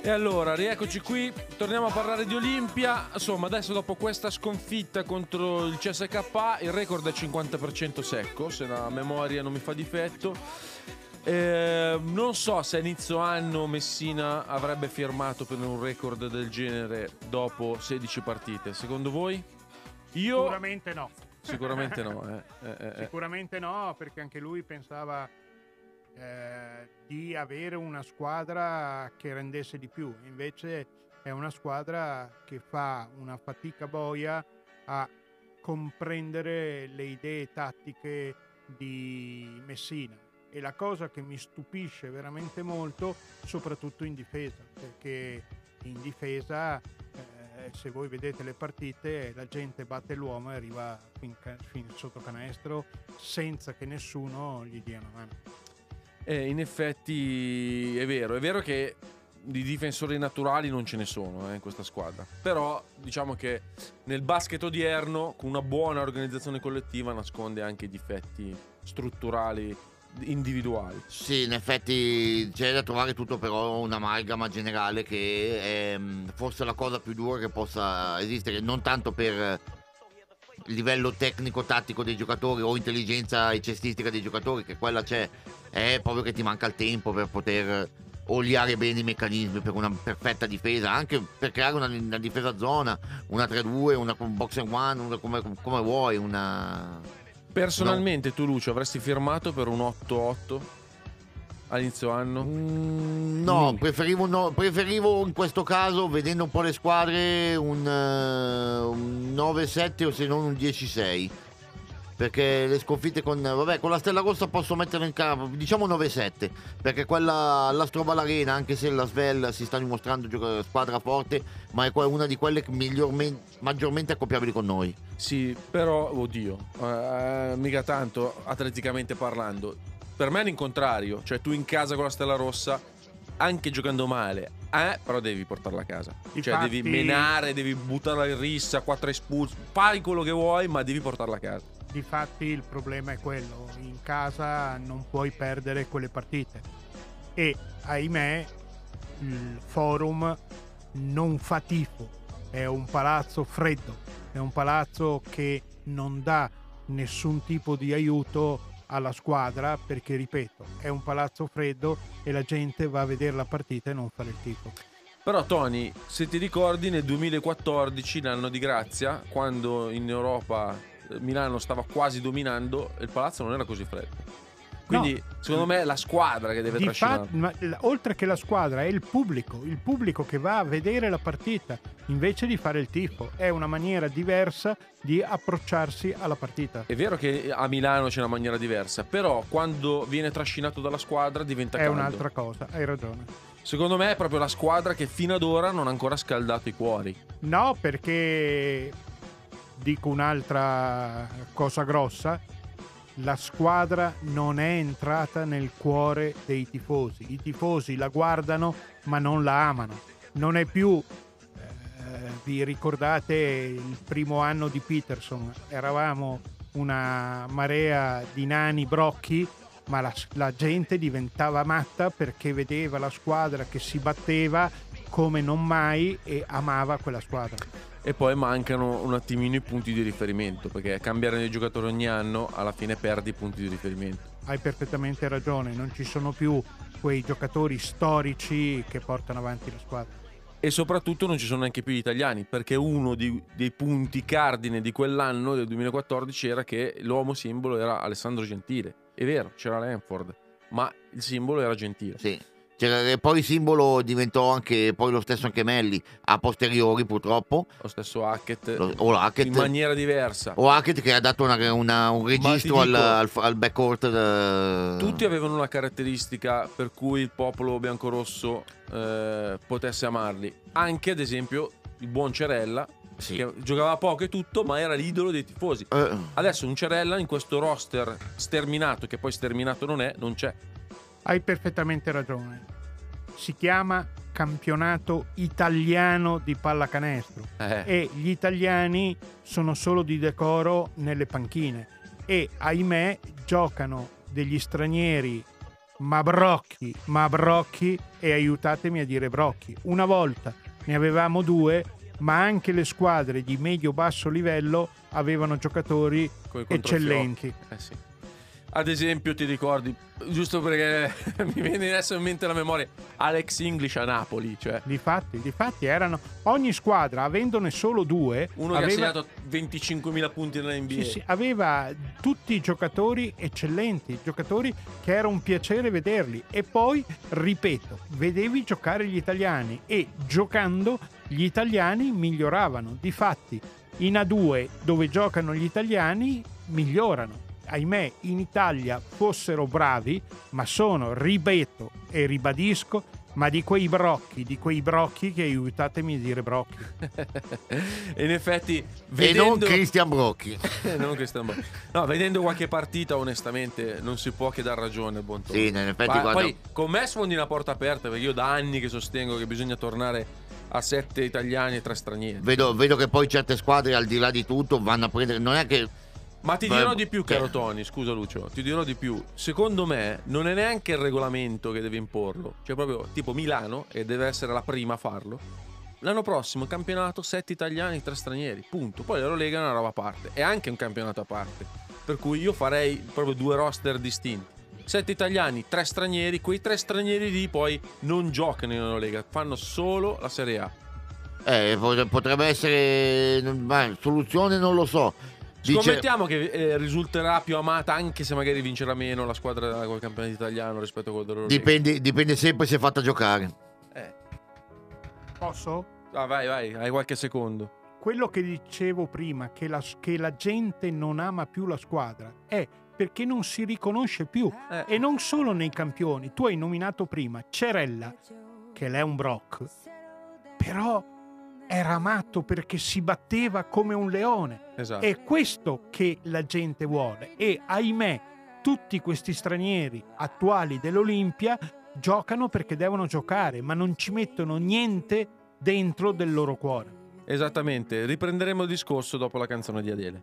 E allora, rieccoci qui, torniamo a parlare di Olimpia. Insomma, adesso dopo questa sconfitta contro il C S K A, il record è cinquanta per cento secco, se la memoria non mi fa difetto. Eh, non so se a inizio anno Messina avrebbe firmato per un record del genere dopo sedici partite. Secondo voi? Io Sicuramente no. Sicuramente no. Eh. Eh, eh, Sicuramente no, perché anche lui pensava eh, di avere una squadra che rendesse di più. Invece è una squadra che fa una fatica boia a comprendere le idee tattiche di Messina. E la cosa che mi stupisce veramente molto, soprattutto in difesa, perché in difesa, eh, se voi vedete le partite, la gente batte l'uomo e arriva fin, fin sotto canestro senza che nessuno gli dia una mano. Eh, in effetti è vero, è vero che di difensori naturali non ce ne sono eh, in questa squadra, però diciamo che nel basket odierno, con una buona organizzazione collettiva, nasconde anche difetti strutturali individuali. Sì, in effetti c'è da trovare tutto, però un'amalgama generale che è forse la cosa più dura che possa esistere, non tanto per il livello tecnico-tattico dei giocatori o intelligenza e cestistica dei giocatori, che quella c'è, è proprio che ti manca il tempo per poter oliare bene i meccanismi per una perfetta difesa, anche per creare una, una difesa zona, una tre due, una box and one, una come, come vuoi, una... Personalmente no. Tu Lucio avresti firmato per un otto otto all'inizio anno? Mm, no, mm. Preferivo, no, preferivo in questo caso, vedendo un po' le squadre, un, uh, un nove sette o se non un dieci sei. Perché le sconfitte con, vabbè, con la Stella Rossa posso mettere in campo, diciamo nove sette, perché quella all'Astrobal Arena, anche se la Svel si sta dimostrando giocare squadra forte, ma è una di quelle migliormente, maggiormente accoppiabili con noi. Sì, però, oddio, eh, mica tanto atleticamente parlando. Per me è l'incontrario, cioè tu in casa con la Stella Rossa, anche giocando male, eh, però devi portarla a casa. Infatti, cioè devi menare, devi buttarla in rissa, quattro espulsi, fai quello che vuoi, ma devi portarla a casa. Difatti il problema è quello, in casa non puoi perdere quelle partite e ahimè il Forum non fa tifo, è un palazzo freddo, è un palazzo che non dà nessun tipo di aiuto alla squadra, perché ripeto, è un palazzo freddo e la gente va a vedere la partita e non fare il tifo. Però Tony, se ti ricordi, nel duemilaquattordici, l'anno di grazia, quando in Europa Milano stava quasi dominando, il palazzo non era così freddo. Quindi no, secondo me è la squadra che deve di trascinare. Fa- ma, oltre che la squadra è il pubblico, il pubblico che va a vedere la partita invece di fare il tifo. È una maniera diversa di approcciarsi alla partita. È vero che a Milano c'è una maniera diversa, però quando viene trascinato dalla squadra diventa è caldo. È un'altra cosa, hai ragione. Secondo me è proprio la squadra che fino ad ora non ha ancora scaldato i cuori. No, perché dico un'altra cosa grossa: la squadra non è entrata nel cuore dei tifosi. I tifosi la guardano ma non la amano. Non è più, eh, vi ricordate il primo anno di Peterson, eravamo una marea di nani brocchi, ma la, la gente diventava matta perché vedeva la squadra che si batteva come non mai e amava quella squadra. E poi mancano un attimino i punti di riferimento, perché cambiare dei giocatori ogni anno alla fine perdi i punti di riferimento. Hai perfettamente ragione, non ci sono più quei giocatori storici che portano avanti la squadra. E soprattutto non ci sono neanche più gli italiani, perché uno di, dei punti cardine di quell'anno, del duemilaquattordici, era che l'uomo simbolo era Alessandro Gentile. È vero, c'era Lanford, ma il simbolo era Gentile. Sì. Cioè, poi il simbolo diventò anche poi lo stesso anche Melli a posteriori, purtroppo lo stesso Hackett, lo, o Hackett in maniera diversa, o Hackett che ha dato una, una, un registro dico, al, al, al backcourt da... Tutti avevano una caratteristica per cui il popolo biancorosso eh, potesse amarli, anche ad esempio il buon Cerella, sì, che giocava poco e tutto, ma era l'idolo dei tifosi. uh. Adesso un Cerella in questo roster sterminato, che poi sterminato non è, non c'è. Hai perfettamente ragione. Si chiama campionato italiano di pallacanestro eh. e gli italiani sono solo di decoro nelle panchine e ahimè giocano degli stranieri ma brocchi, ma brocchi, e aiutatemi a dire brocchi. Una volta ne avevamo due, ma anche le squadre di medio-basso livello avevano giocatori Coi eccellenti. Eh sì. Ad esempio, ti ricordi, giusto perché mi viene adesso in mente la memoria, Alex English a Napoli, cioè Difatti, difatti erano ogni squadra, avendone solo due, uno aveva, che ha segnato venticinquemila punti nella N B A. sì, sì, aveva tutti i giocatori eccellenti, giocatori che era un piacere vederli. E poi, ripeto, vedevi giocare gli italiani e giocando gli italiani miglioravano. Difatti, in A due, dove giocano gli italiani, migliorano. Ahimè, in Italia fossero bravi, ma sono, ripeto e ribadisco, ma di quei brocchi, di quei brocchi che aiutatemi a dire brocchi. E in effetti, E vedendo... non Cristian Brocchi. non Cristian Brocchi. No, vedendo qualche partita, onestamente, non si può che dar ragione, Bonto. Sì, in effetti, Ma, guarda... Poi, con me sfondi una porta aperta, perché io da anni che sostengo che bisogna tornare a sette italiani e tre stranieri. Vedo, vedo che poi certe squadre, al di là di tutto, vanno a prendere... Non è che... Ma ti Beh, dirò di più, caro eh. Tony, scusa Lucio, ti dirò di più. Secondo me non è neanche il regolamento che deve imporlo. Cioè proprio tipo Milano, e deve essere la prima a farlo. L'anno prossimo campionato, sette italiani, tre stranieri, punto. Poi l'Eurolega è una roba a parte, è anche un campionato a parte. Per cui io farei proprio due roster distinti. Sette italiani, tre stranieri, quei tre stranieri lì poi non giocano in Eurolega, fanno solo la Serie A. Eh, potrebbe essere... Ma soluzione non lo so. Dice... Scommettiamo che eh, risulterà più amata, anche se magari vincerà meno la squadra col campionato italiano rispetto a quello dell'Eurolega. Dipende, dipende sempre se è fatta giocare. Eh. Posso? Ah, vai, vai, hai qualche secondo. Quello che dicevo prima, che la, che la gente non ama più la squadra, è perché non si riconosce più. Eh. E non solo nei campioni. Tu hai nominato prima Cerella, che l'è un Brock, però era amato perché si batteva come un leone. Esatto. È questo che la gente vuole. E ahimè, tutti questi stranieri attuali dell'Olimpia giocano perché devono giocare, ma non ci mettono niente dentro del loro cuore. Esattamente, riprenderemo il discorso dopo la canzone di Adele.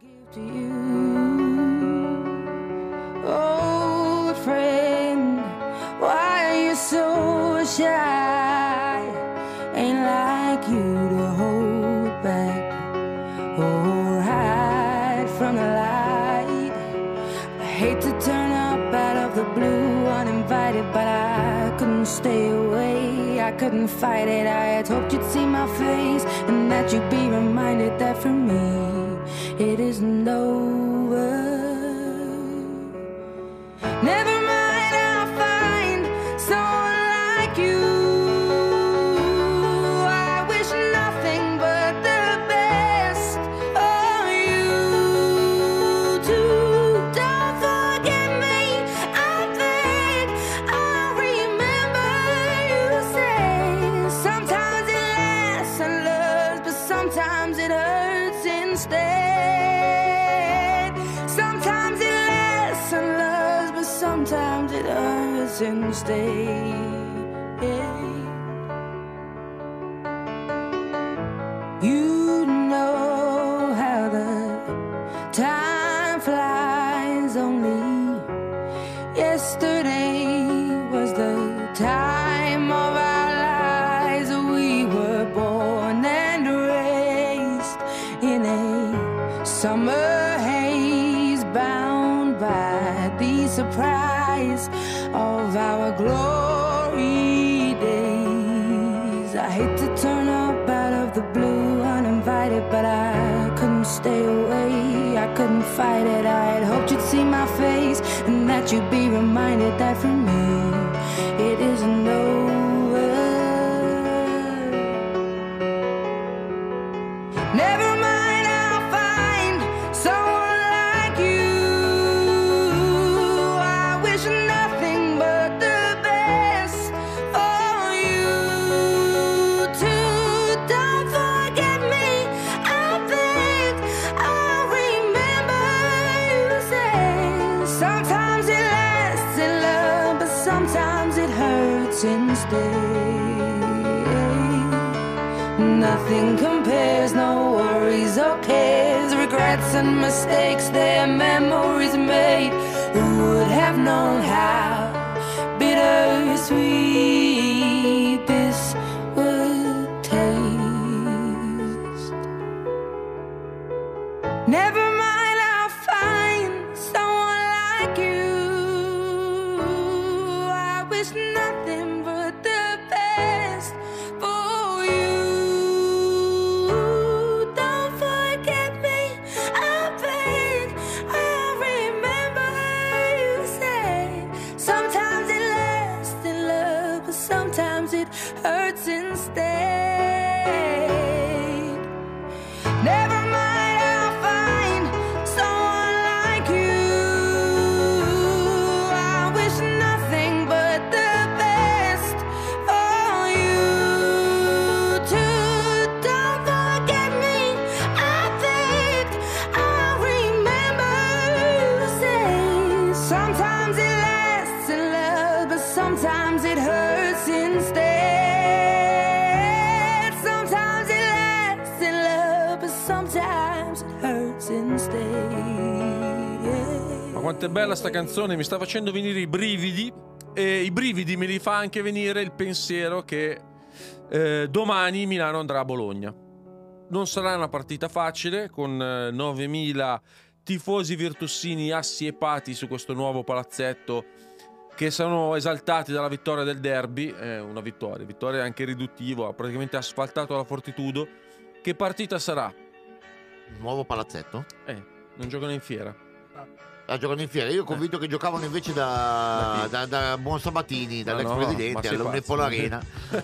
Old friend, why are you so shy? Ain't like you to hold back or hide from the light. I hate to turn up out of the blue uninvited, but I couldn't stay away. I couldn't fight it. I had hoped you'd see my face and that you'd be reminded that for me it isn't over. Never mind, I'll find someone like you. I wish nothing but the best of you too. Don't forget me, I think I remember you say sometimes it lasts and loves, but sometimes it hurts instead. Sometimes it lasts and loves, but sometimes it hurts instead. You know how the time flies. Only yesterday was the time of our lives. We were born and raised in a summer haze, bound by the surprise of our glory days. I hate to turn up out of the blue uninvited, but I couldn't stay away. I couldn't fight it. I had hoped you'd see my face and that you'd be reminded that for me it isn't over. Never mind, I'll find someone like you. I wish nothing but the best for you too. Don't forget me, I think I remember you say sometimes it lasts in love, but sometimes it hurts instead. Nothing compares, no worries or cares, regrets and mistakes, their memories made. Who would have known how bitter sweet this would taste. Never mind, I'll find someone like you. I wish nothing but the best for you. Don't forget me, I beg. I remember you said sometimes it lasts in love, but sometimes it hurts instead. Never mind, I'll find someone like you. I wish nothing but the best for you too. Don't forget me, I beg. I remember you say sometimes it lasts in love, but sometimes it hurts instead. Sometimes it lasts in love, but sometimes it hurts instead. Ma quanto è bella sta canzone, mi sta facendo venire i brividi. E i brividi me li fa anche venire il pensiero che eh, domani Milano andrà a Bologna. Non sarà una partita facile, con eh, novemila tifosi virtussini assiepati su questo nuovo palazzetto, che sono esaltati dalla vittoria del derby. È una vittoria, vittoria anche riduttivo, ha praticamente asfaltato la Fortitudo. Che partita sarà? Il nuovo palazzetto? Eh, non giocano in fiera. Ah, giocano in fiera. Io ho convinto che giocavano invece da, Da da, da Buon Sabatini, No, dall'ex no, ma presidente, sei all'Unepol pazzo. Arena.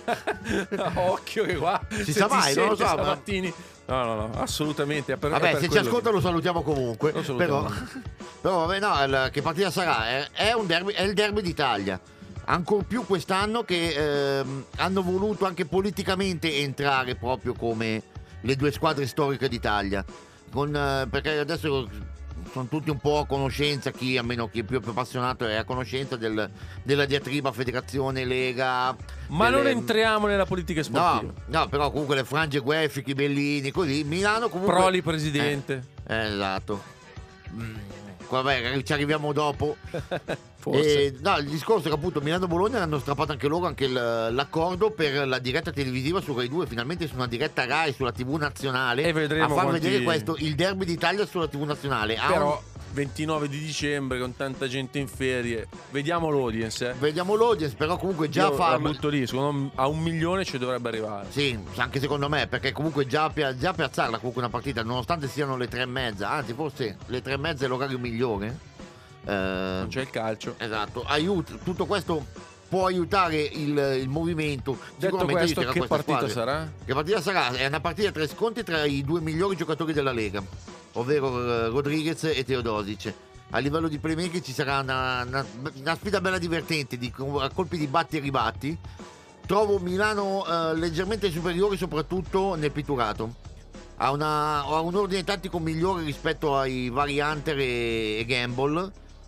Occhio che qua Si se sa ti mai, non lo sente so, ma- Sabattini. No, no, no, assolutamente. è per- è Vabbè, per se ci quello ascolta che- lo salutiamo comunque. Lo salutiamo. Però, però vabbè, no, il- che partita sarà? È, è un derby, è il derby d'Italia. Ancor più quest'anno che ehm, hanno voluto anche politicamente entrare proprio come le due squadre storiche d'Italia. Con, eh, perché adesso sono tutti un po' a conoscenza, chi almeno chi è più appassionato è a conoscenza del- della diatriba Federazione, Lega. Ma delle- non entriamo nella politica sportiva. No, no, però comunque le frange Gueffichi, Bellini, così. Milano comunque. Proli presidente. Eh, eh, esatto. Mm, vabbè, ci arriviamo dopo. Forse. E, no, il discorso è che appunto Milano-Bologna hanno strappato anche loro anche il- l'accordo per la diretta televisiva su Rai due, finalmente su una diretta Rai sulla tivù nazionale, E vedremo a far quanti- vedere questo, il derby d'Italia sulla tivù nazionale. Ha Però un- ventinove di dicembre con tanta gente in ferie, vediamo l'audience. Eh. vediamo l'audience, però comunque già Io fa la butto lì, secondo me a un milione ci dovrebbe arrivare. sì, anche secondo me, perché comunque già, pia- già piazzarla comunque una partita, nonostante siano le tre e mezza, anzi forse le tre e mezza è l'orario migliore. Eh, Non c'è il calcio. Esatto, aiuta, tutto questo può aiutare il, il movimento. Detto Sicuramente questo, aiuterà che queste partita squadre. sarà? Che partita sarà? È una partita a tre scontri tra i due migliori giocatori della Lega, ovvero eh, Rodriguez e Teodosic. A livello di playmaking ci sarà una, una- una sfida bella divertente, di, a colpi di batti e ribatti. Trovo Milano eh, leggermente superiore soprattutto nel pitturato. Ha, una- ha un ordine tattico migliore rispetto ai vari Hunter e, e Gamble.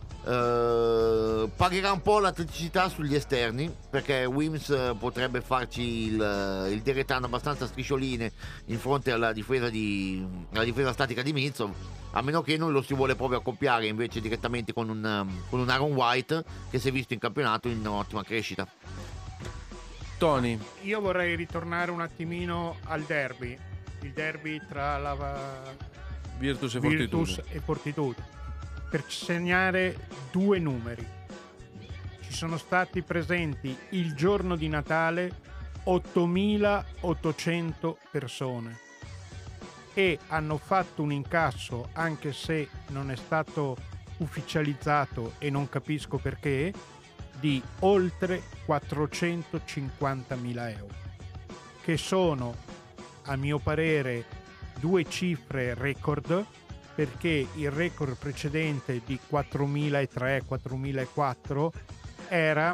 Eh, pagherà un po' l'atleticità sugli esterni, perché Wims eh, potrebbe farci il, il deretano abbastanza striscioline in fronte alla difesa, di, alla difesa statica di Mitsov, a meno che non lo si vuole proprio accoppiare invece direttamente con un, um, con un Aaron White che si è visto in campionato in ottima crescita. Tony, Io vorrei ritornare un attimino al derby, il derby tra la Virtus e Virtus Fortitudo. e Fortitudo, per segnare due numeri. Ci sono stati presenti il giorno di Natale ottomilaottocento persone e hanno fatto un incasso, anche se non è stato ufficializzato e non capisco perché, di oltre quattrocentocinquantamila euro, che sono, a mio parere, due cifre record, perché il record precedente di quattromilatrecento quattromilaquattrocento era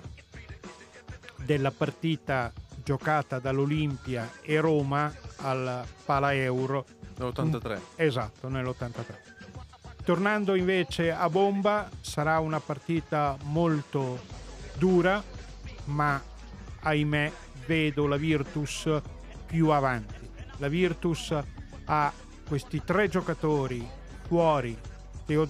della partita giocata dall'Olimpia e Roma al Pala Euro. Nell'ottantatré. Esatto, nell'ottantatré. Tornando invece a bomba, sarà una partita molto dura, ma ahimè vedo la Virtus più avanti. La Virtus ha questi tre giocatori fuori,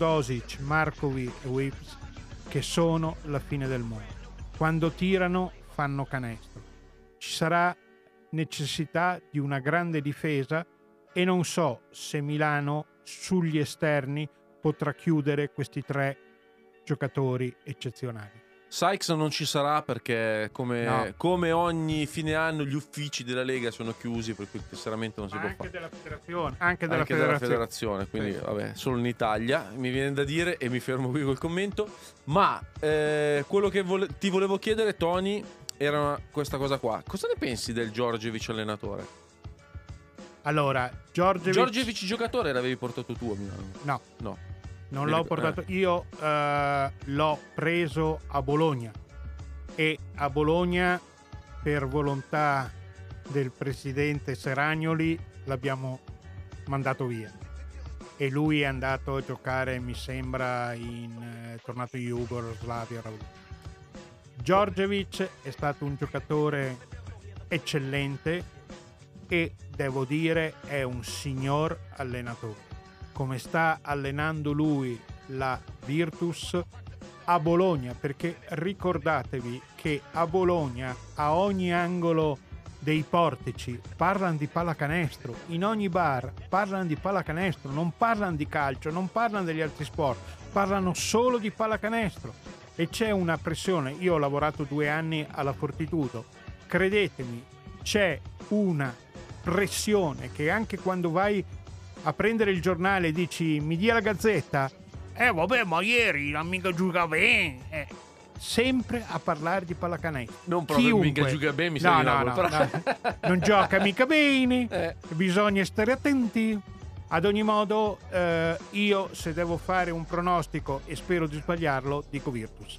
Teodosic, Markovic e Wips, che sono la fine del mondo. Quando tirano fanno canestro. Ci sarà necessità di una grande difesa e non so se Milano sugli esterni potrà chiudere questi tre giocatori eccezionali. Sykes non ci sarà perché come, No. come ogni fine anno gli uffici della Lega sono chiusi, per cui il tesseramento non si Ma può anche fare. della federazione, anche della Anche della federazione. federazione, quindi Sì. vabbè, solo in Italia mi viene da dire, e mi fermo qui col commento. Ma eh, quello che vole- ti volevo chiedere, Tony, era questa cosa qua. Cosa ne pensi del Djordjevic allenatore? Allora, Djordjevic, Djordjevic giocatore l'avevi portato tu a Milano? no, No. non Mi l'ho ric- portato io, eh, l'ho preso a Bologna e a Bologna per volontà del presidente Seragnoli l'abbiamo mandato via e lui è andato a giocare, mi sembra, in eh, è tornato in Jugoslavia. Djordjevic è stato un giocatore eccellente e devo dire è un signor allenatore. Come sta allenando lui la Virtus a Bologna, perché ricordatevi che a Bologna a ogni angolo dei portici parlano di pallacanestro, in ogni bar parlano di pallacanestro, non parlano di calcio, non parlano degli altri sport, parlano solo di pallacanestro e c'è una pressione. Io ho lavorato due anni alla Fortitudo, credetemi, c'è una pressione che anche quando vai a prendere il giornale e dici mi dia la Gazzetta, eh vabbè ma ieri la mica gioca bene, eh, sempre a parlare di pallacanestro. Non proprio Chiunque. mica gioca bene, mi no, sa di no, no, no, però- no. Non gioca mica bene, Eh. bisogna stare attenti. Ad ogni modo, eh, io se devo fare un pronostico e spero di sbagliarlo, dico Virtus.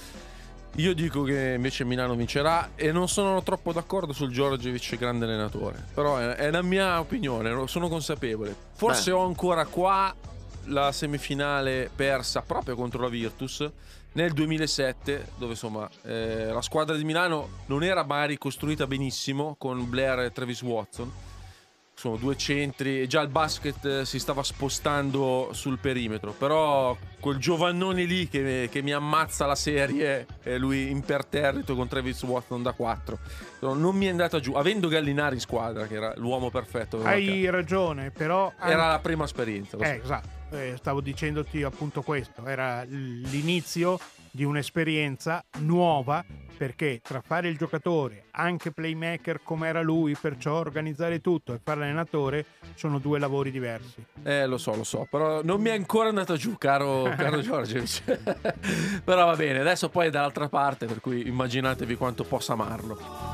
Io dico che invece Milano vincerà e non sono troppo d'accordo sul Djordjevic grande allenatore, però è, è la mia opinione, sono consapevole. Forse Beh. ho ancora qua la semifinale persa proprio contro la Virtus nel duemilasette, dove insomma eh, la squadra di Milano non era magari costruita benissimo con Blair e Travis Watson. Sono due centri e già il basket eh, si stava spostando sul perimetro, però quel Giovannone lì che, che mi ammazza la serie e lui imperterrito con Travis Watson da quattro non mi è andata giù, avendo Gallinari in squadra che era l'uomo perfetto. Hai ragione, però Era la prima esperienza, lo so. Eh, esatto, eh, stavo dicendoti appunto questo, era l'inizio di un'esperienza nuova, perché tra fare il giocatore, anche playmaker come era lui, perciò organizzare tutto e fare l'allenatore sono due lavori diversi. Eh, lo so, lo so, però non mi è ancora andata giù, caro, caro Djordjevic. Però va bene, adesso poi è dall'altra parte, per cui immaginatevi quanto possa amarlo.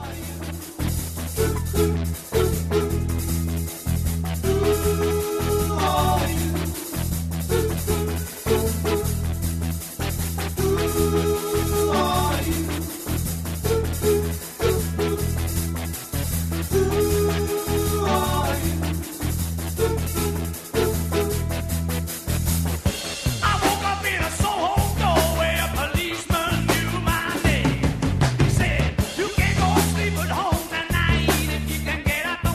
I woke up in a Soho doorway, a policeman knew my name. He said, you can't go sleep at home tonight if you can get up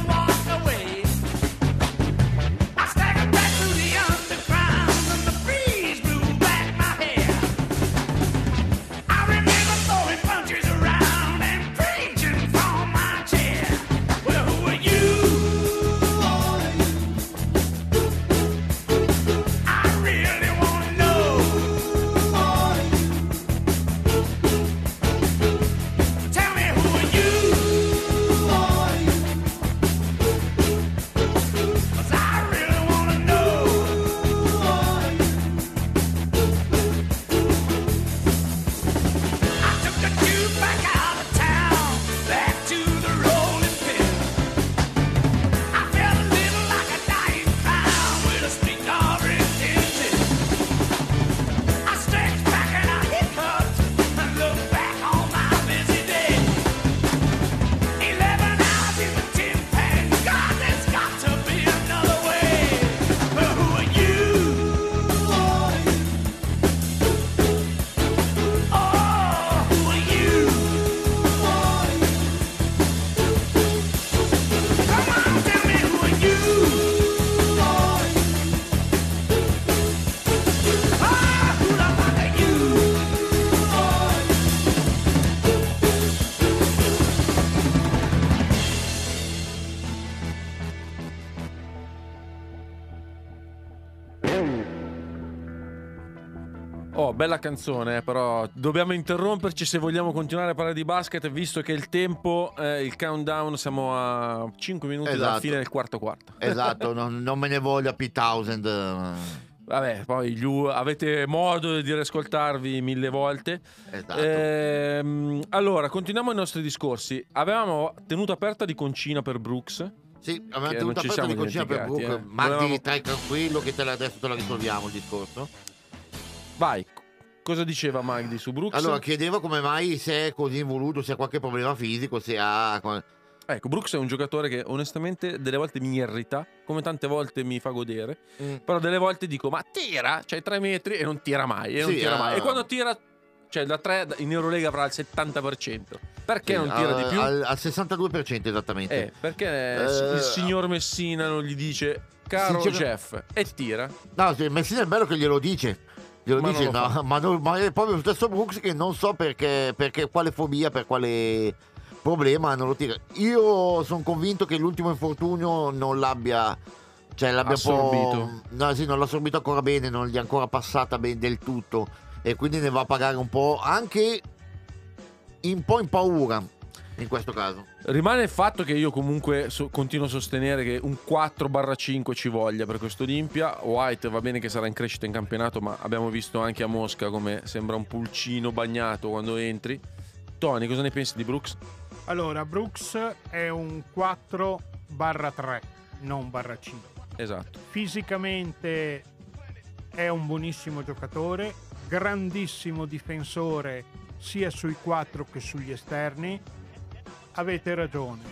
bella canzone, eh, però dobbiamo interromperci se vogliamo continuare a parlare di basket, visto che il tempo, eh, il countdown, siamo a cinque minuti Esatto. dalla fine del quarto quarto. Esatto, non, non me ne voglia Pete Townsend. Vabbè, poi gli U- avete modo di riascoltarvi mille volte. Esatto. Ehm, allora, continuiamo i nostri discorsi. Avevamo tenuto aperta di concina per Brooks. Sì, abbiamo Che tenuto non ci aperto siamo di concina per dimenticati, Brooke. eh. Magdi, Volevamo- stai tranquillo che te la, adesso te la risolviamo il discorso. Vai, cosa diceva Magdi su Brooks? Allora, chiedeva come mai se è così involuto, se ha qualche problema fisico, se ha... Ecco, Brooks è un giocatore che onestamente delle volte mi irrita, come tante volte mi fa godere, Mm. però delle volte dico, ma tira, c'hai tre metri e non tira mai, e non Sì, tira ah. mai. E quando tira, cioè da tre in Eurolega avrà il settanta per cento. Perché non tira al, di più? Al, al sessantadue per cento esattamente. Eh, perché Eh, il signor Messina non gli dice, caro Sincer- Jeff, e tira? No, sì, Messina è bello che glielo dice. Glielo Ma dice, non lo no, fa. ma, non- ma è proprio lo stesso Brooks che non so perché, perché quale fobia, per quale problema non lo tira. Io sono convinto che l'ultimo infortunio non l'abbia, cioè l'abbia un po', Assorbito. no, sì, non l'ha assorbito ancora bene, non gli è ancora passata bene del tutto e quindi ne va a pagare un po', anche un po' in paura in questo caso. Rimane il fatto che io comunque so- continuo a sostenere che un quattro cinque ci voglia per questo Olimpia. White va bene che sarà in crescita in campionato, ma abbiamo visto anche a Mosca come sembra un pulcino bagnato quando entri. Tony, cosa ne pensi di Brooks? Allora, Brooks è un quattro tre, non barra cinque. Esatto. Fisicamente è un buonissimo giocatore, grandissimo difensore sia sui quattro che sugli esterni. Avete ragione,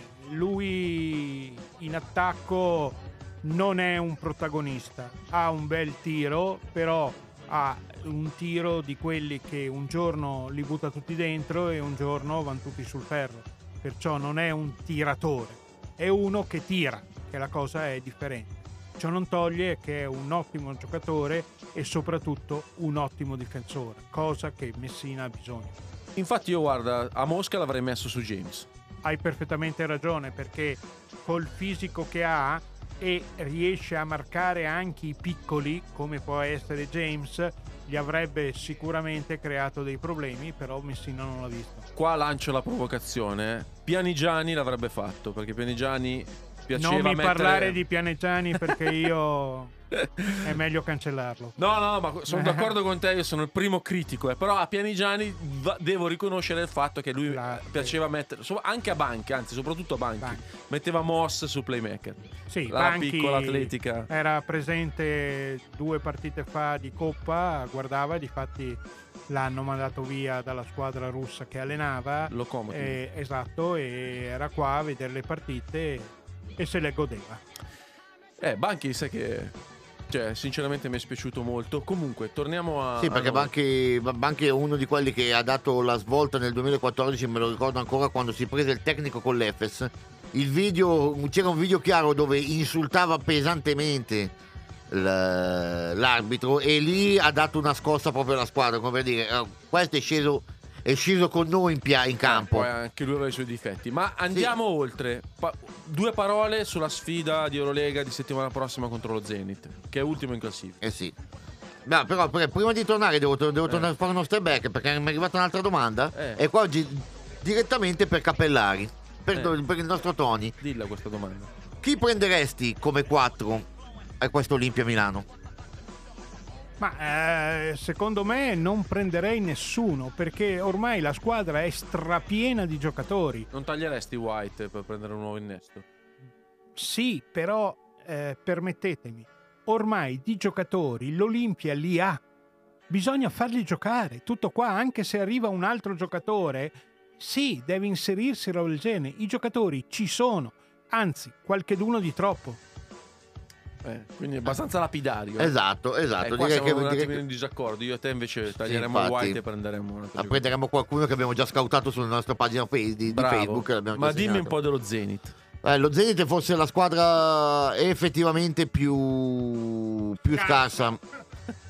lui in attacco non è un protagonista, ha un bel tiro, però ha un tiro di quelli che un giorno li butta tutti dentro e un giorno vanno tutti sul ferro, perciò non è un tiratore, è uno che tira, che la cosa è differente. Ciò non toglie che è un ottimo giocatore e soprattutto un ottimo difensore, cosa che Messina ha bisogno. Infatti io guarda, a Mosca l'avrei messo su James. Hai perfettamente ragione, perché col fisico che ha e riesce a marcare anche i piccoli, come può essere James, gli avrebbe sicuramente creato dei problemi, però Messina non l'ha visto. Qua lancio la provocazione. eh. Pianigiani l'avrebbe fatto, perché Pianigiani piaceva Non mi mettere... parlare di Pianigiani perché io è meglio cancellarlo. No, no, ma sono d'accordo con te, io sono il primo critico, eh, però a Pianigiani va- devo riconoscere il fatto che lui La- piaceva mettere, so- anche a Banchi, anzi soprattutto a Banchi, Banchi. metteva Moss su playmaker. Sì, La Banchi piccola atletica. era presente due partite fa di Coppa, guardava, difatti l'hanno mandato via dalla squadra russa che allenava. Lokomotiv. Eh, esatto, e era qua a vedere le partite e se le godeva. Eh, Banchi sai che... Cioè, sinceramente mi è spiaciuto molto. Comunque, torniamo a... Sì, perché a noi. Banchi, Banchi è uno di quelli che ha dato la svolta nel duemilaquattordici, me lo ricordo ancora quando si prese il tecnico con l'Efes. Il video, c'era un video chiaro dove insultava pesantemente l- l'arbitro e lì ha dato una scossa proprio alla squadra, come per dire, eh, questo è sceso, è sceso con noi in, pia- in campo. Poi anche lui aveva i suoi difetti. Ma andiamo oltre. Pa- due parole sulla sfida di Eurolega di settimana prossima contro lo Zenit, che è ultimo in classifica. Eh sì. No, però per- prima di tornare devo, devo Eh. tornare a fare uno step back perché mi è arrivata un'altra domanda Eh. e qua oggi direttamente per Cappellari, per, Eh. per il nostro Tony. Dilla questa domanda. Chi prenderesti come quattro a questo Olimpia Milano? Ma eh, secondo me non prenderei nessuno, perché ormai la squadra è strapiena di giocatori. Non taglieresti White per prendere un nuovo innesto? Sì, però eh, permettetemi, ormai di giocatori l'Olimpia li ha. Bisogna farli giocare, tutto qua, anche se arriva un altro giocatore, sì, deve inserirsi roba del genere. I giocatori ci sono, anzi, qualcheduno di troppo. Eh, quindi è abbastanza lapidario. eh. Esatto, esatto. Eh, qua direi siamo che, un direi attimino che in disaccordo. Io e te invece taglieremo infatti. White e prenderemo un altro giocatore. prenderemo qualcuno che abbiamo già scautato sulla nostra pagina face- di, di Bravo. Facebook. e l'abbiamo Ma già dimmi un segnato. po' dello Zenit. Eh, lo Zenit è forse la squadra effettivamente più, più scarsa.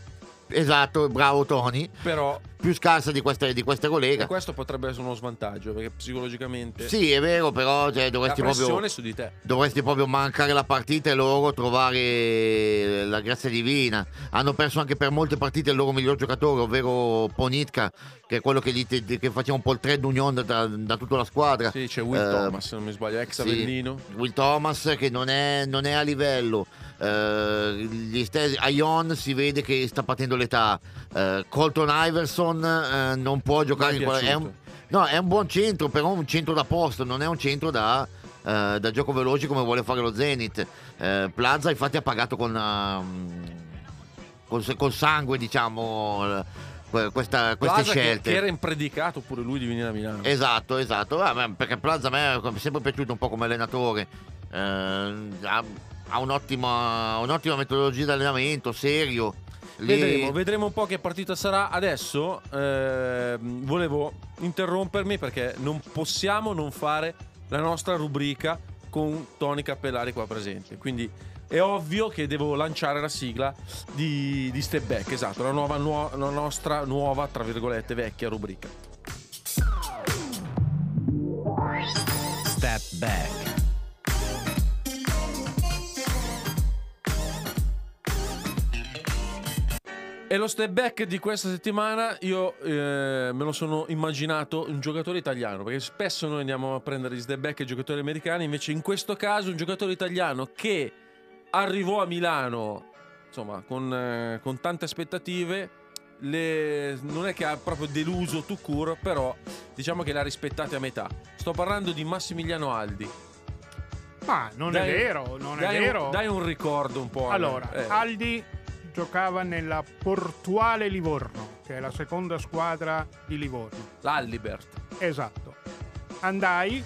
Esatto, bravo Tony. Però Più scarsa di queste, di queste e colleghe. questo potrebbe essere uno svantaggio, perché psicologicamente Sì, è vero, però cioè, la dovresti pressione proprio è su di te. dovresti proprio mancare la partita e loro trovare la grazia divina. Hanno perso anche per molte partite il loro miglior giocatore, ovvero Ponitka, che è quello che, gli, che faceva un po' il trade union da, da tutta la squadra. Sì, c'è Will Eh, Thomas, se non mi sbaglio, ex sì, Avellino. Will Thomas che non è, non è a livello. Eh, gli stessi, Ion si vede che sta patendo l'età. Eh, Colton Iverson eh, non può giocare Mi è in quella- è un, no, è un buon centro, però un centro da posto, non è un centro da, eh, da gioco veloce come vuole fare lo Zenit. Eh, Plaza infatti ha pagato con, um, col, col sangue, diciamo, eh, questa, queste Plaza che, scelte. che era impredicato pure lui di venire a Milano. Esatto, esatto. Ah, beh, perché Plaza a me è sempre piaciuto un po' come allenatore. Eh, ha, ha un'ottima, un'ottima metodologia di allenamento, serio. Lì- Vedremo, vedremo un po' che partita sarà. Adesso ehm, volevo interrompermi perché non possiamo non fare la nostra rubrica con Tony Cappellari qua presente. Quindi è ovvio che devo lanciare la sigla di, di Step Back, esatto, la, nuova, nuo- la nostra nuova, tra virgolette, vecchia rubrica. Step Back. E lo step back di questa settimana io eh, me lo sono immaginato un giocatore italiano, perché spesso noi andiamo a prendere gli step back e giocatori americani, invece in questo caso un giocatore italiano che arrivò a Milano, insomma, con, eh, con tante aspettative, le, non è che ha proprio deluso tout court, però diciamo che le ha rispettate a metà. Sto parlando di Massimiliano Aldi. Ma non Dai- è vero, non è dai un- vero. dai un ricordo un po'. Allora, eh. Aldi giocava nella Portuale Livorno, che è la seconda squadra di Livorno. L'Allibert. Esatto. Andai,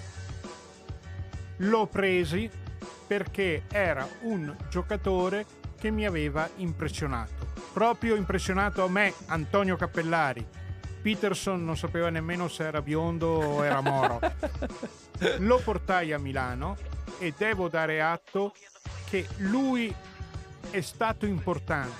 l'ho presi perché era un giocatore che mi aveva impressionato. Proprio impressionato a me, Antonio Cappellari. Peterson non sapeva nemmeno se era biondo o era moro. Lo portai a Milano e devo dare atto che lui è stato importante.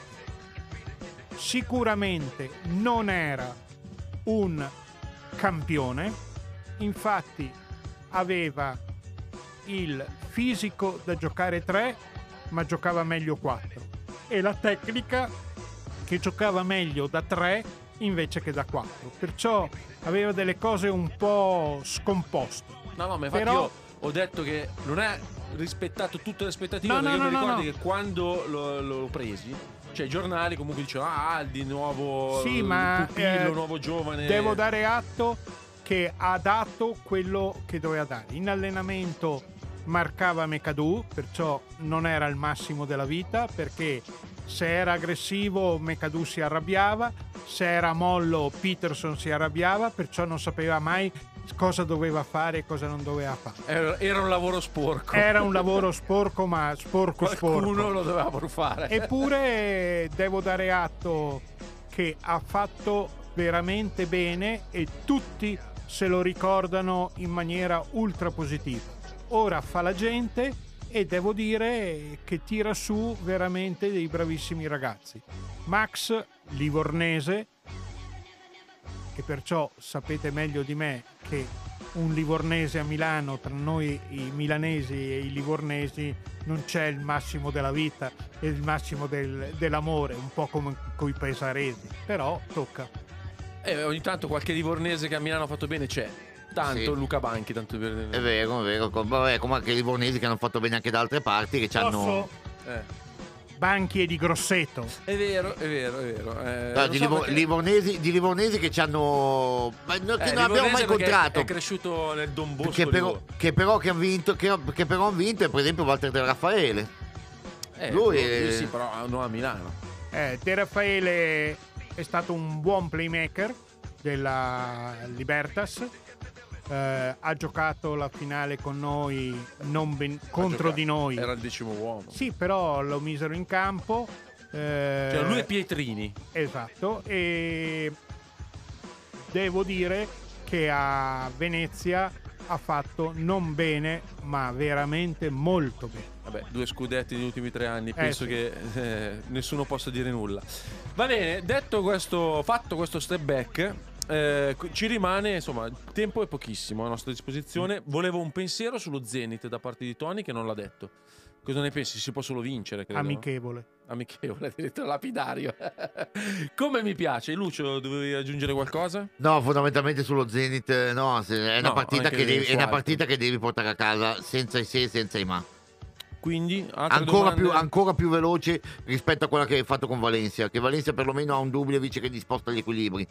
Sicuramente non era un campione, infatti aveva il fisico da giocare tre, ma giocava meglio quattro, e la tecnica che giocava meglio da tre invece che da quattro, perciò aveva delle cose un po' scomposte. No, no, ma infatti Però- io ho detto che non è rispettato tutte le aspettative, No, perché no, io mi no, no, ricordi no. che quando lo, lo presi, cioè i giornali comunque dicevano ah, Aldi, nuovo Sì, eh, ma pupillo, eh, nuovo giovane. devo dare atto che ha dato quello che doveva dare. In allenamento marcava McAdoo, perciò non era il massimo della vita, perché se era aggressivo McAdoo si arrabbiava, se era mollo Peterson si arrabbiava, perciò non sapeva mai cosa doveva fare e cosa non doveva fare. Era, era un lavoro sporco. Era un lavoro sporco, ma sporco Qualcuno sporco. lo doveva pur fare. Eppure devo dare atto che ha fatto veramente bene e tutti se lo ricordano in maniera ultra positiva. Ora fa la gente e devo dire che tira su veramente dei bravissimi ragazzi. Max Livornese, che perciò sapete meglio di me che un livornese a Milano, tra noi i milanesi e i livornesi, non c'è il massimo della vita e il massimo del- dell'amore, un po' come coi pesaresi, però tocca. E ogni tanto qualche livornese che a Milano ha fatto bene c'è. Tanto Sì. Luca Banchi, tanto per È vero, è vero. Com- Vabbè, come anche i livornesi che hanno fatto bene anche da altre parti, che ci hanno. Posso? eh. Banchi e di Grosseto. È vero, è vero, è vero. Eh, No, lo di, so Livo- perché- livornesi, di livornesi che ci hanno. Ma no- che eh, non abbiamo mai livornese perché incontrato. È cresciuto nel Don Bosco. Che però, Livorno. che però che han vinto, che, che però han vinto è per esempio Walter De Raffaele. Eh, lui lui è- sì, però non a Milano. Eh, De Raffaele è stato un buon playmaker della Libertas. Eh, ha giocato la finale con noi, non ben- contro Ha di giocato- noi. Era il decimo uomo. Sì, però lo misero in campo. eh, Cioè, lui è Pietrini. Esatto, e devo dire che a Venezia ha fatto non bene, ma veramente molto bene. Vabbè, due scudetti negli ultimi tre anni, penso sì. che eh, nessuno possa dire nulla. Va bene, detto questo, fatto questo step back, eh, ci rimane, insomma, tempo è pochissimo a nostra disposizione. Volevo un pensiero sullo Zenit da parte di Tony che non l'ha detto. Cosa ne pensi? Si può solo vincere, credo. Amichevole. Amichevole, addirittura lapidario. Come mi piace. Lucio, dovevi aggiungere qualcosa? No, fondamentalmente sullo Zenit, no, se- è una, No, partita, anche che devi, su è una altri. partita che devi portare a casa senza i se e senza i ma. Quindi, altre Ancora domande? più, ancora più veloce rispetto a quella che hai fatto con Valencia, che Valencia perlomeno ha un dubbio vice che disposta gli equilibri,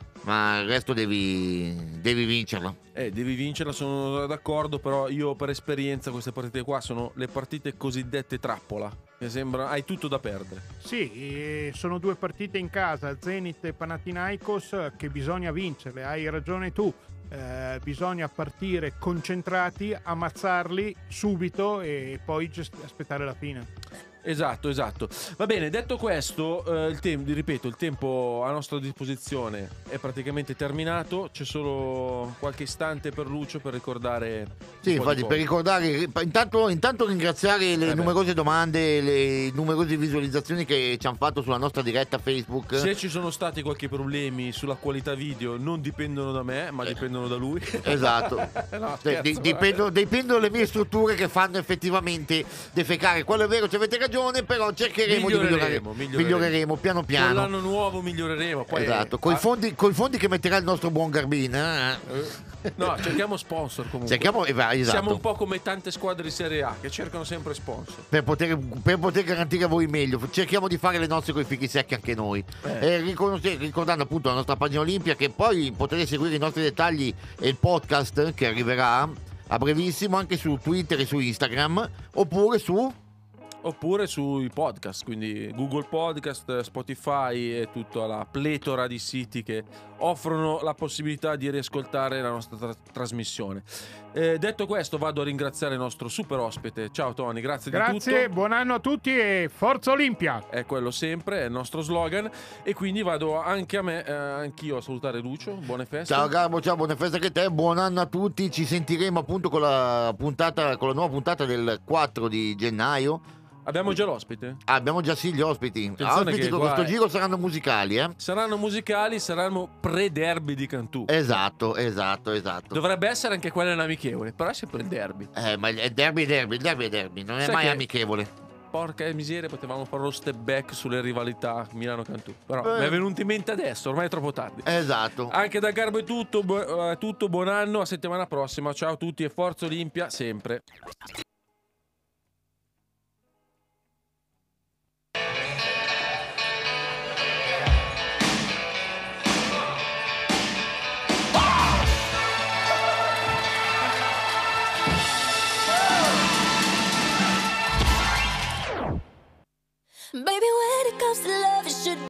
ma il resto devi, devi vincerla. Eh, devi vincerla, sono d'accordo, però io per esperienza queste partite qua sono le partite cosiddette trappola, che sembra hai tutto da perdere. Sì, eh, sono due partite in casa, Zenit e Panathinaikos, che bisogna vincerle, hai ragione tu. Eh, bisogna partire concentrati, ammazzarli subito e poi gest- aspettare la fine. Esatto, esatto. Va bene, detto questo, eh, il tempo, ripeto, il tempo a nostra disposizione è praticamente terminato. C'è solo qualche istante per Lucio per ricordare. Sì, un po' di infatti, per cose. ricordare, intanto, intanto ringraziare le Eh beh. numerose domande, le numerose visualizzazioni che ci hanno fatto sulla nostra diretta Facebook. Se ci sono stati qualche problemi sulla qualità video, non dipendono da me, ma dipendono da lui. Esatto. No, Cioè, scherzo, di- dipendono, dipendono le mie strutture che fanno effettivamente defecare. Quello è vero, ci avete ragione, però cercheremo di migliorare. Miglioreremo, miglioreremo. Miglioreremo piano Con piano. l'anno nuovo miglioreremo. Poi Esatto, coi ah, fondi, coi fondi che metterà il nostro buon Garbin. eh. no, cerchiamo sponsor comunque. Cerchiamo, eh, va, esatto. Siamo un po' come tante squadre di Serie A che cercano sempre sponsor. Per poter, per poter garantire a voi meglio, cerchiamo di fare le nostre coi fichi secchi anche noi. Eh. Eh, riconosce- ricordando appunto la nostra pagina Olimpia, che poi potrete seguire i nostri dettagli e il podcast che arriverà a brevissimo anche su Twitter e su Instagram, oppure su. Oppure sui podcast, quindi Google Podcast, Spotify e tutta la pletora di siti che offrono la possibilità di riascoltare la nostra tra- trasmissione. Eh, detto questo, vado a ringraziare il nostro super ospite. Ciao Tony, grazie, Grazie, di tutto. buon anno a tutti e Forza Olimpia! È quello sempre, è il nostro slogan. E quindi vado anche a me, eh, anch'io a salutare Lucio. Buone feste. Ciao Garbo, ciao, buone feste anche a te, buon anno a tutti. Ci sentiremo appunto con la puntata, con la nuova puntata del quattro di gennaio. Abbiamo già l'ospite? Ah, abbiamo già sì gli ospiti. Attenzione Ospiti che con qua questo è- giro saranno musicali, eh? Saranno musicali, saranno pre-derby di Cantù. Esatto, esatto, esatto. Dovrebbe essere anche quella in amichevole, però è sempre il derby. Eh, ma è derby, derby, il derby è derby, non è Sai mai che- amichevole. Porca miseria, potevamo fare lo step back sulle rivalità Milano-Cantù. Però Eh. mi è venuto in mente adesso, ormai è troppo tardi. Esatto. Anche da Garbo è tutto, bu- eh, tutto, buon anno, a settimana prossima. Ciao a tutti e Forza Olimpia sempre. Baby, when it comes to love, it should